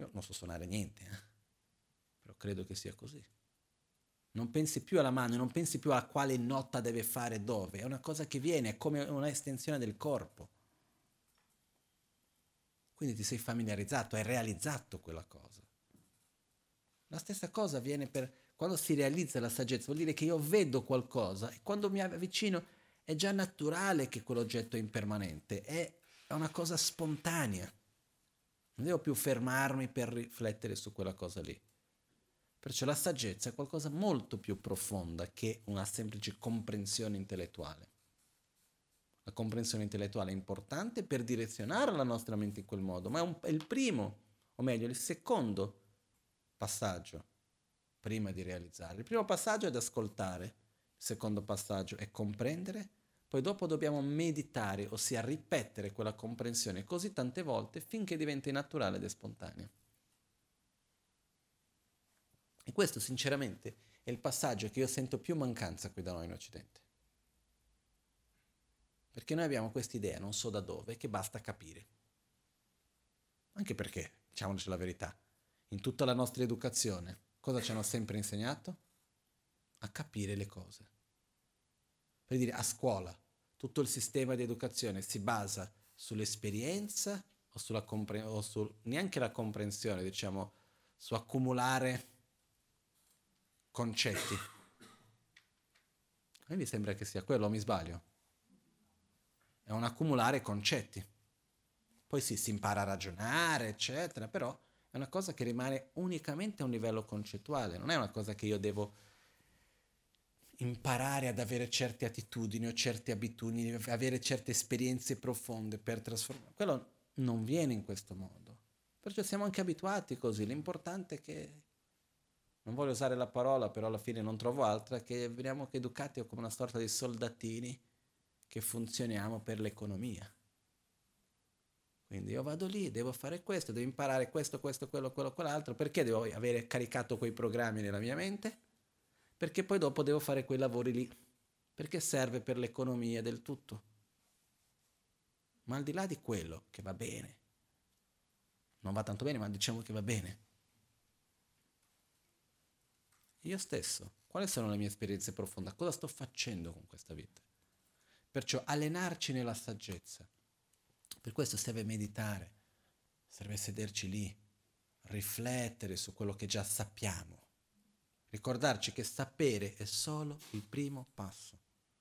Io non so suonare niente, eh? Però credo che sia così. Non pensi più alla mano, non pensi più a quale nota deve fare dove, è una cosa che viene, è come una estensione del corpo. Quindi ti sei familiarizzato, hai realizzato quella cosa. La stessa cosa avviene per quando si realizza la saggezza, vuol dire che io vedo qualcosa e quando mi avvicino è già naturale che quell'oggetto è impermanente, è, è una cosa spontanea. Non devo più fermarmi per riflettere su quella cosa lì. Perciò la saggezza è qualcosa molto più profonda che una semplice comprensione intellettuale. La comprensione intellettuale è importante per direzionare la nostra mente in quel modo, ma è, un, è il primo, o meglio, il secondo passaggio prima di realizzare. Il primo passaggio è ad ascoltare, il secondo passaggio è comprendere, poi dopo dobbiamo meditare, ossia ripetere quella comprensione così tante volte finché diventi naturale ed è spontanea. E questo sinceramente è il passaggio che io sento più mancanza qui da noi in Occidente. Perché noi abbiamo quest'idea, non so da dove, che basta capire. Anche perché, diciamoci la verità, in tutta la nostra educazione, cosa ci hanno sempre insegnato? A capire le cose. Per dire, a scuola, tutto il sistema di educazione si basa sull'esperienza o sulla compre- o sul, neanche la comprensione, diciamo, su accumulare concetti. A me mi sembra che sia quello, o mi sbaglio? È un accumulare concetti. Poi sì, si impara a ragionare, eccetera, però è una cosa che rimane unicamente a un livello concettuale, non è una cosa che io devo imparare ad avere certe attitudini o certe abitudini, avere certe esperienze profonde per trasformare. Quello non viene in questo modo. Perciò siamo anche abituati così. L'importante è che, non voglio usare la parola, però alla fine non trovo altra, che veniamo educati come una sorta di soldatini che funzioniamo per l'economia. Quindi io vado lì, devo fare questo, devo imparare questo, questo, quello, quello, quell'altro. Perché devo avere caricato quei programmi nella mia mente? Perché poi dopo devo fare quei lavori lì. Perché serve per l'economia del tutto. Ma al di là di quello, che va bene, non va tanto bene, ma diciamo che va bene. Io stesso, quali sono le mie esperienze profonde? Cosa sto facendo con questa vita? Perciò allenarci nella saggezza. Per questo serve meditare, serve sederci lì, riflettere su quello che già sappiamo. Ricordarci che sapere è solo il primo passo.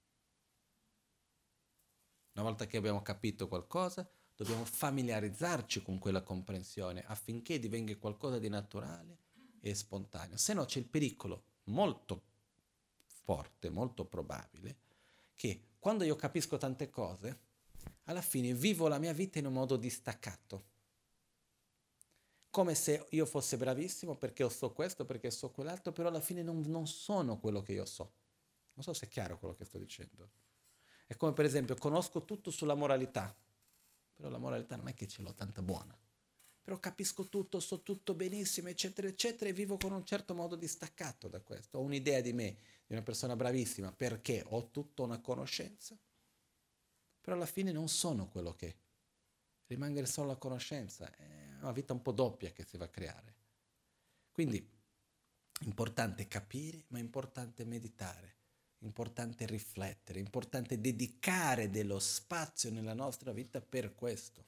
Una volta che abbiamo capito qualcosa, dobbiamo familiarizzarci con quella comprensione affinché divenga qualcosa di naturale e spontaneo. Se no c'è il pericolo molto forte, molto probabile, che quando io capisco tante cose, alla fine vivo la mia vita in un modo distaccato. Come se io fossi bravissimo perché so questo, perché so quell'altro, però alla fine non, non sono quello che io so. Non so se è chiaro quello che sto dicendo. È come per esempio, conosco tutto sulla moralità, però la moralità non è che ce l'ho tanta buona. Però capisco tutto, so tutto benissimo, eccetera, eccetera, e vivo con un certo modo distaccato da questo. Ho un'idea di me, di una persona bravissima, perché ho tutta una conoscenza, però alla fine non sono quello che è. Rimanere solo la conoscenza è una vita un po' doppia che si va a creare. Quindi è importante capire, ma è importante meditare, è importante riflettere, è importante dedicare dello spazio nella nostra vita per questo.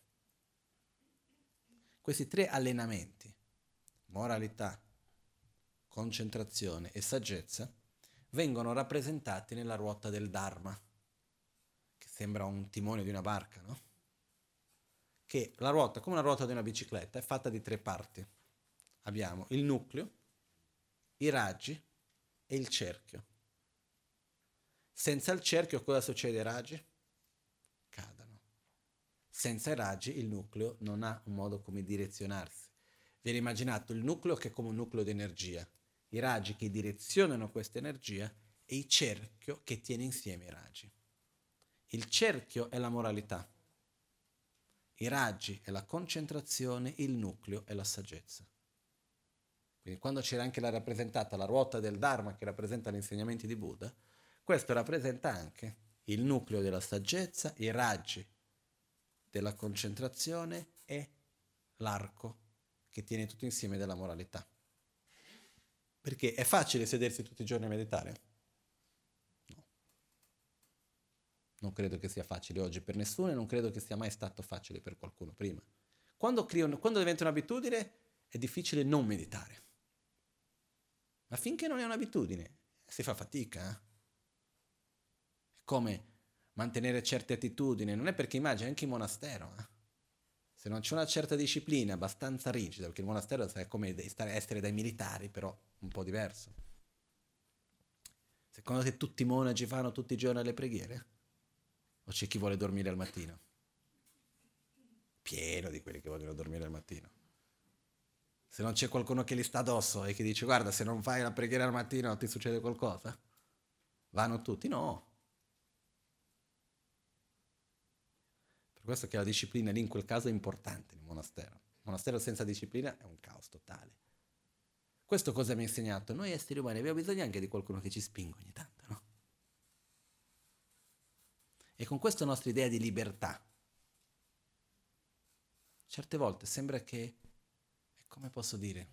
Questi tre allenamenti, moralità, concentrazione e saggezza, vengono rappresentati nella ruota del Dharma, che sembra un timone di una barca, no? Che la ruota, come una ruota di una bicicletta, è fatta di tre parti. Abbiamo il nucleo, i raggi e il cerchio. Senza il cerchio cosa succede ai raggi? Cadono. Senza i raggi il nucleo non ha un modo come direzionarsi. Viene immaginato il nucleo che è come un nucleo di energia, i raggi che direzionano questa energia e il cerchio che tiene insieme i raggi. Il cerchio è la moralità, i raggi è la concentrazione, il nucleo è la saggezza. Quindi quando c'era anche la rappresentata la ruota del Dharma che rappresenta gli insegnamenti di Buddha, questo rappresenta anche il nucleo della saggezza, i raggi della concentrazione e l'arco che tiene tutto insieme della moralità. Perché è facile sedersi tutti i giorni a meditare? No. Non credo che sia facile oggi per nessuno e non credo che sia mai stato facile per qualcuno prima. Quando, creo, quando diventa un'abitudine è difficile non meditare. Ma finché non è un'abitudine si fa fatica. Eh? È come mantenere certe attitudini. Non è perché immagini anche in monastero. Eh? Se non c'è una certa disciplina abbastanza rigida, perché il monastero è come essere dai militari, però un po' diverso. Secondo te tutti i monaci fanno tutti i giorni le preghiere? O c'è chi vuole dormire al mattino? Pieno di quelli che vogliono dormire al mattino. Se non c'è qualcuno che gli sta addosso e che dice guarda se non fai la preghiera al mattino ti succede qualcosa? Vanno tutti? No. Per questo che la disciplina lì in quel caso è importante nel monastero. Il monastero senza disciplina è un caos totale. Questo cosa mi ha insegnato? Noi esseri umani abbiamo bisogno anche di qualcuno che ci spinga ogni tanto, no? E con questa nostra idea di libertà, certe volte sembra che, come posso dire,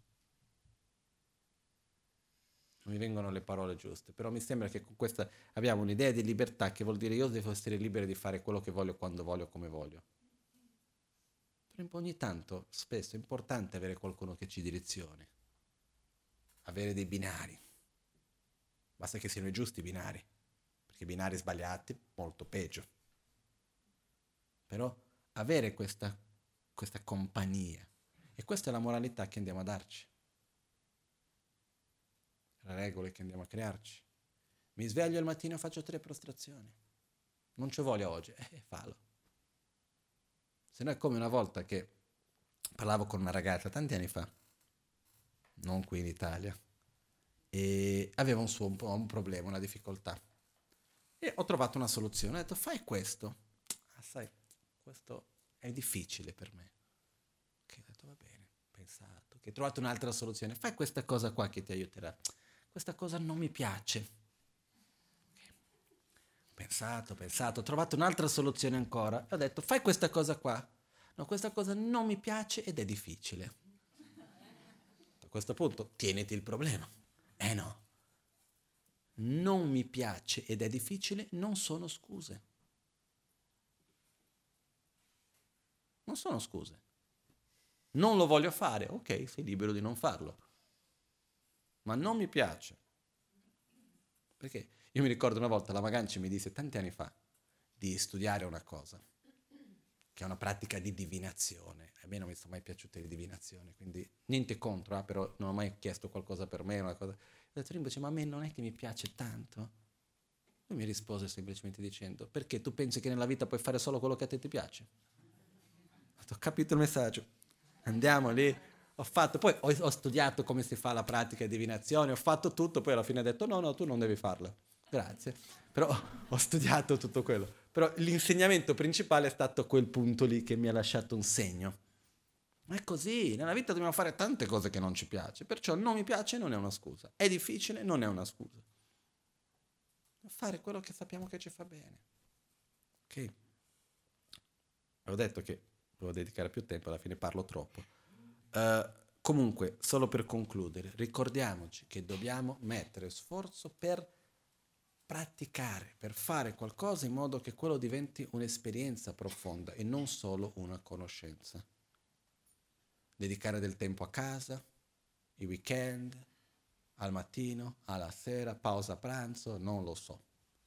non mi vengono le parole giuste, però mi sembra che con questa abbiamo un'idea di libertà che vuol dire io devo essere libero di fare quello che voglio, quando voglio, come voglio. Però ogni tanto, spesso, è importante avere qualcuno che ci direzioni, avere dei binari. Basta che siano i giusti binari, perché binari sbagliati, molto peggio. Però avere questa, questa compagnia, e questa è la moralità che andiamo a darci. Le regole che andiamo a crearci. Mi sveglio al mattino e faccio tre prostrazioni. Non ci voglio oggi, eh, fallo. Se no è come una volta che parlavo con una ragazza tanti anni fa, non qui in Italia, e aveva un suo un, po', un problema, una difficoltà. E ho trovato una soluzione. Ho detto fai questo. Ah, sai, questo è difficile per me. Ok, ho detto va bene, ho pensato, che ho trovato un'altra soluzione. Fai questa cosa qua che ti aiuterà. Questa cosa non mi piace. Ho pensato, ho pensato, ho trovato un'altra soluzione ancora e ho detto fai questa cosa qua. No, questa cosa non mi piace ed è difficile. A questo punto tieniti il problema. Eh no. Non mi piace ed è difficile non sono scuse. Non sono scuse. Non lo voglio fare, ok, sei libero di non farlo. Ma non mi piace. Perché io mi ricordo una volta la Maganci mi disse tanti anni fa di studiare una cosa, che è una pratica di divinazione. A me non mi sono mai piaciute le divinazioni, quindi niente contro, eh, però non ho mai chiesto qualcosa per me. Una cosa. Ho detto, invece, ma a me non è che mi piace tanto. Lui mi rispose semplicemente dicendo, perché tu pensi che nella vita puoi fare solo quello che a te ti piace? Ho capito il messaggio. Andiamo lì. Ho fatto, poi ho, ho studiato come si fa la pratica di divinazione, ho fatto tutto, poi alla fine ho detto no, no, tu non devi farla. Grazie. Però ho studiato tutto quello. Però l'insegnamento principale è stato quel punto lì che mi ha lasciato un segno. Ma è così, nella vita dobbiamo fare tante cose che non ci piace, perciò non mi piace non è una scusa. È difficile, non è una scusa. Fare quello che sappiamo che ci fa bene. Ok? Avevo detto che devo dedicare più tempo, alla fine parlo troppo. Uh, comunque, solo per concludere, ricordiamoci che dobbiamo mettere sforzo per praticare, per fare qualcosa in modo che quello diventi un'esperienza profonda e non solo una conoscenza. Dedicare del tempo a casa, i weekend, al mattino, alla sera, pausa pranzo, non lo so.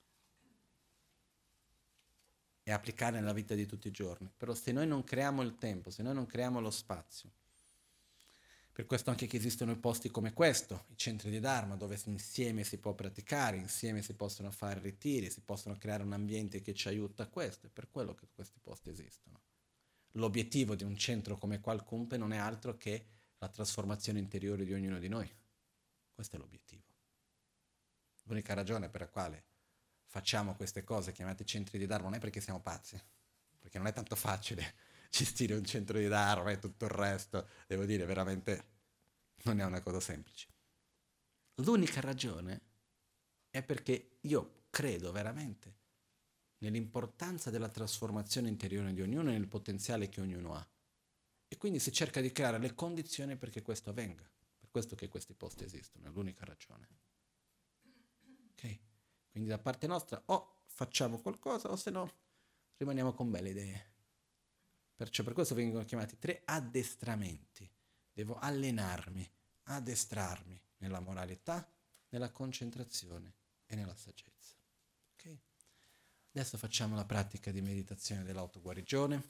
E applicare nella vita di tutti i giorni. Però se noi non creiamo il tempo, se noi non creiamo lo spazio, per questo anche che esistono i posti come questo, i centri di Dharma, dove insieme si può praticare, insieme si possono fare ritiri, si possono creare un ambiente che ci aiuta a questo, è per quello che questi posti esistono. L'obiettivo di un centro come Qualcumpe non è altro che la trasformazione interiore di ognuno di noi. Questo è l'obiettivo. L'unica ragione per la quale facciamo queste cose chiamate centri di Dharma non è perché siamo pazzi, perché non è tanto facile gestire un centro di Dharma e tutto il resto, devo dire, veramente non è una cosa semplice. L'unica ragione è perché io credo veramente nell'importanza della trasformazione interiore di ognuno e nel potenziale che ognuno ha. E quindi si cerca di creare le condizioni perché questo avvenga. Per questo che questi posti esistono, è l'unica ragione. Ok? Quindi da parte nostra o facciamo qualcosa o se no rimaniamo con belle idee. Perciò per questo vengono chiamati tre addestramenti. Devo allenarmi, addestrarmi nella moralità, nella concentrazione e nella saggezza. Ok? Adesso facciamo la pratica di meditazione dell'autoguarigione.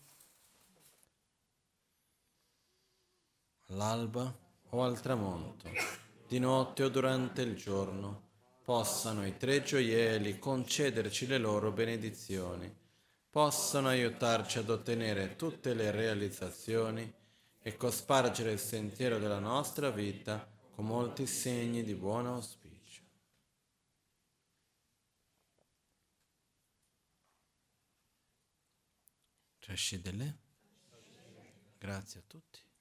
All'alba o al tramonto, di notte o durante il giorno, possano i tre gioielli concederci le loro benedizioni, possano aiutarci ad ottenere tutte le realizzazioni e cospargere il sentiero della nostra vita con molti segni di buon auspicio. Trascidele. Grazie a tutti.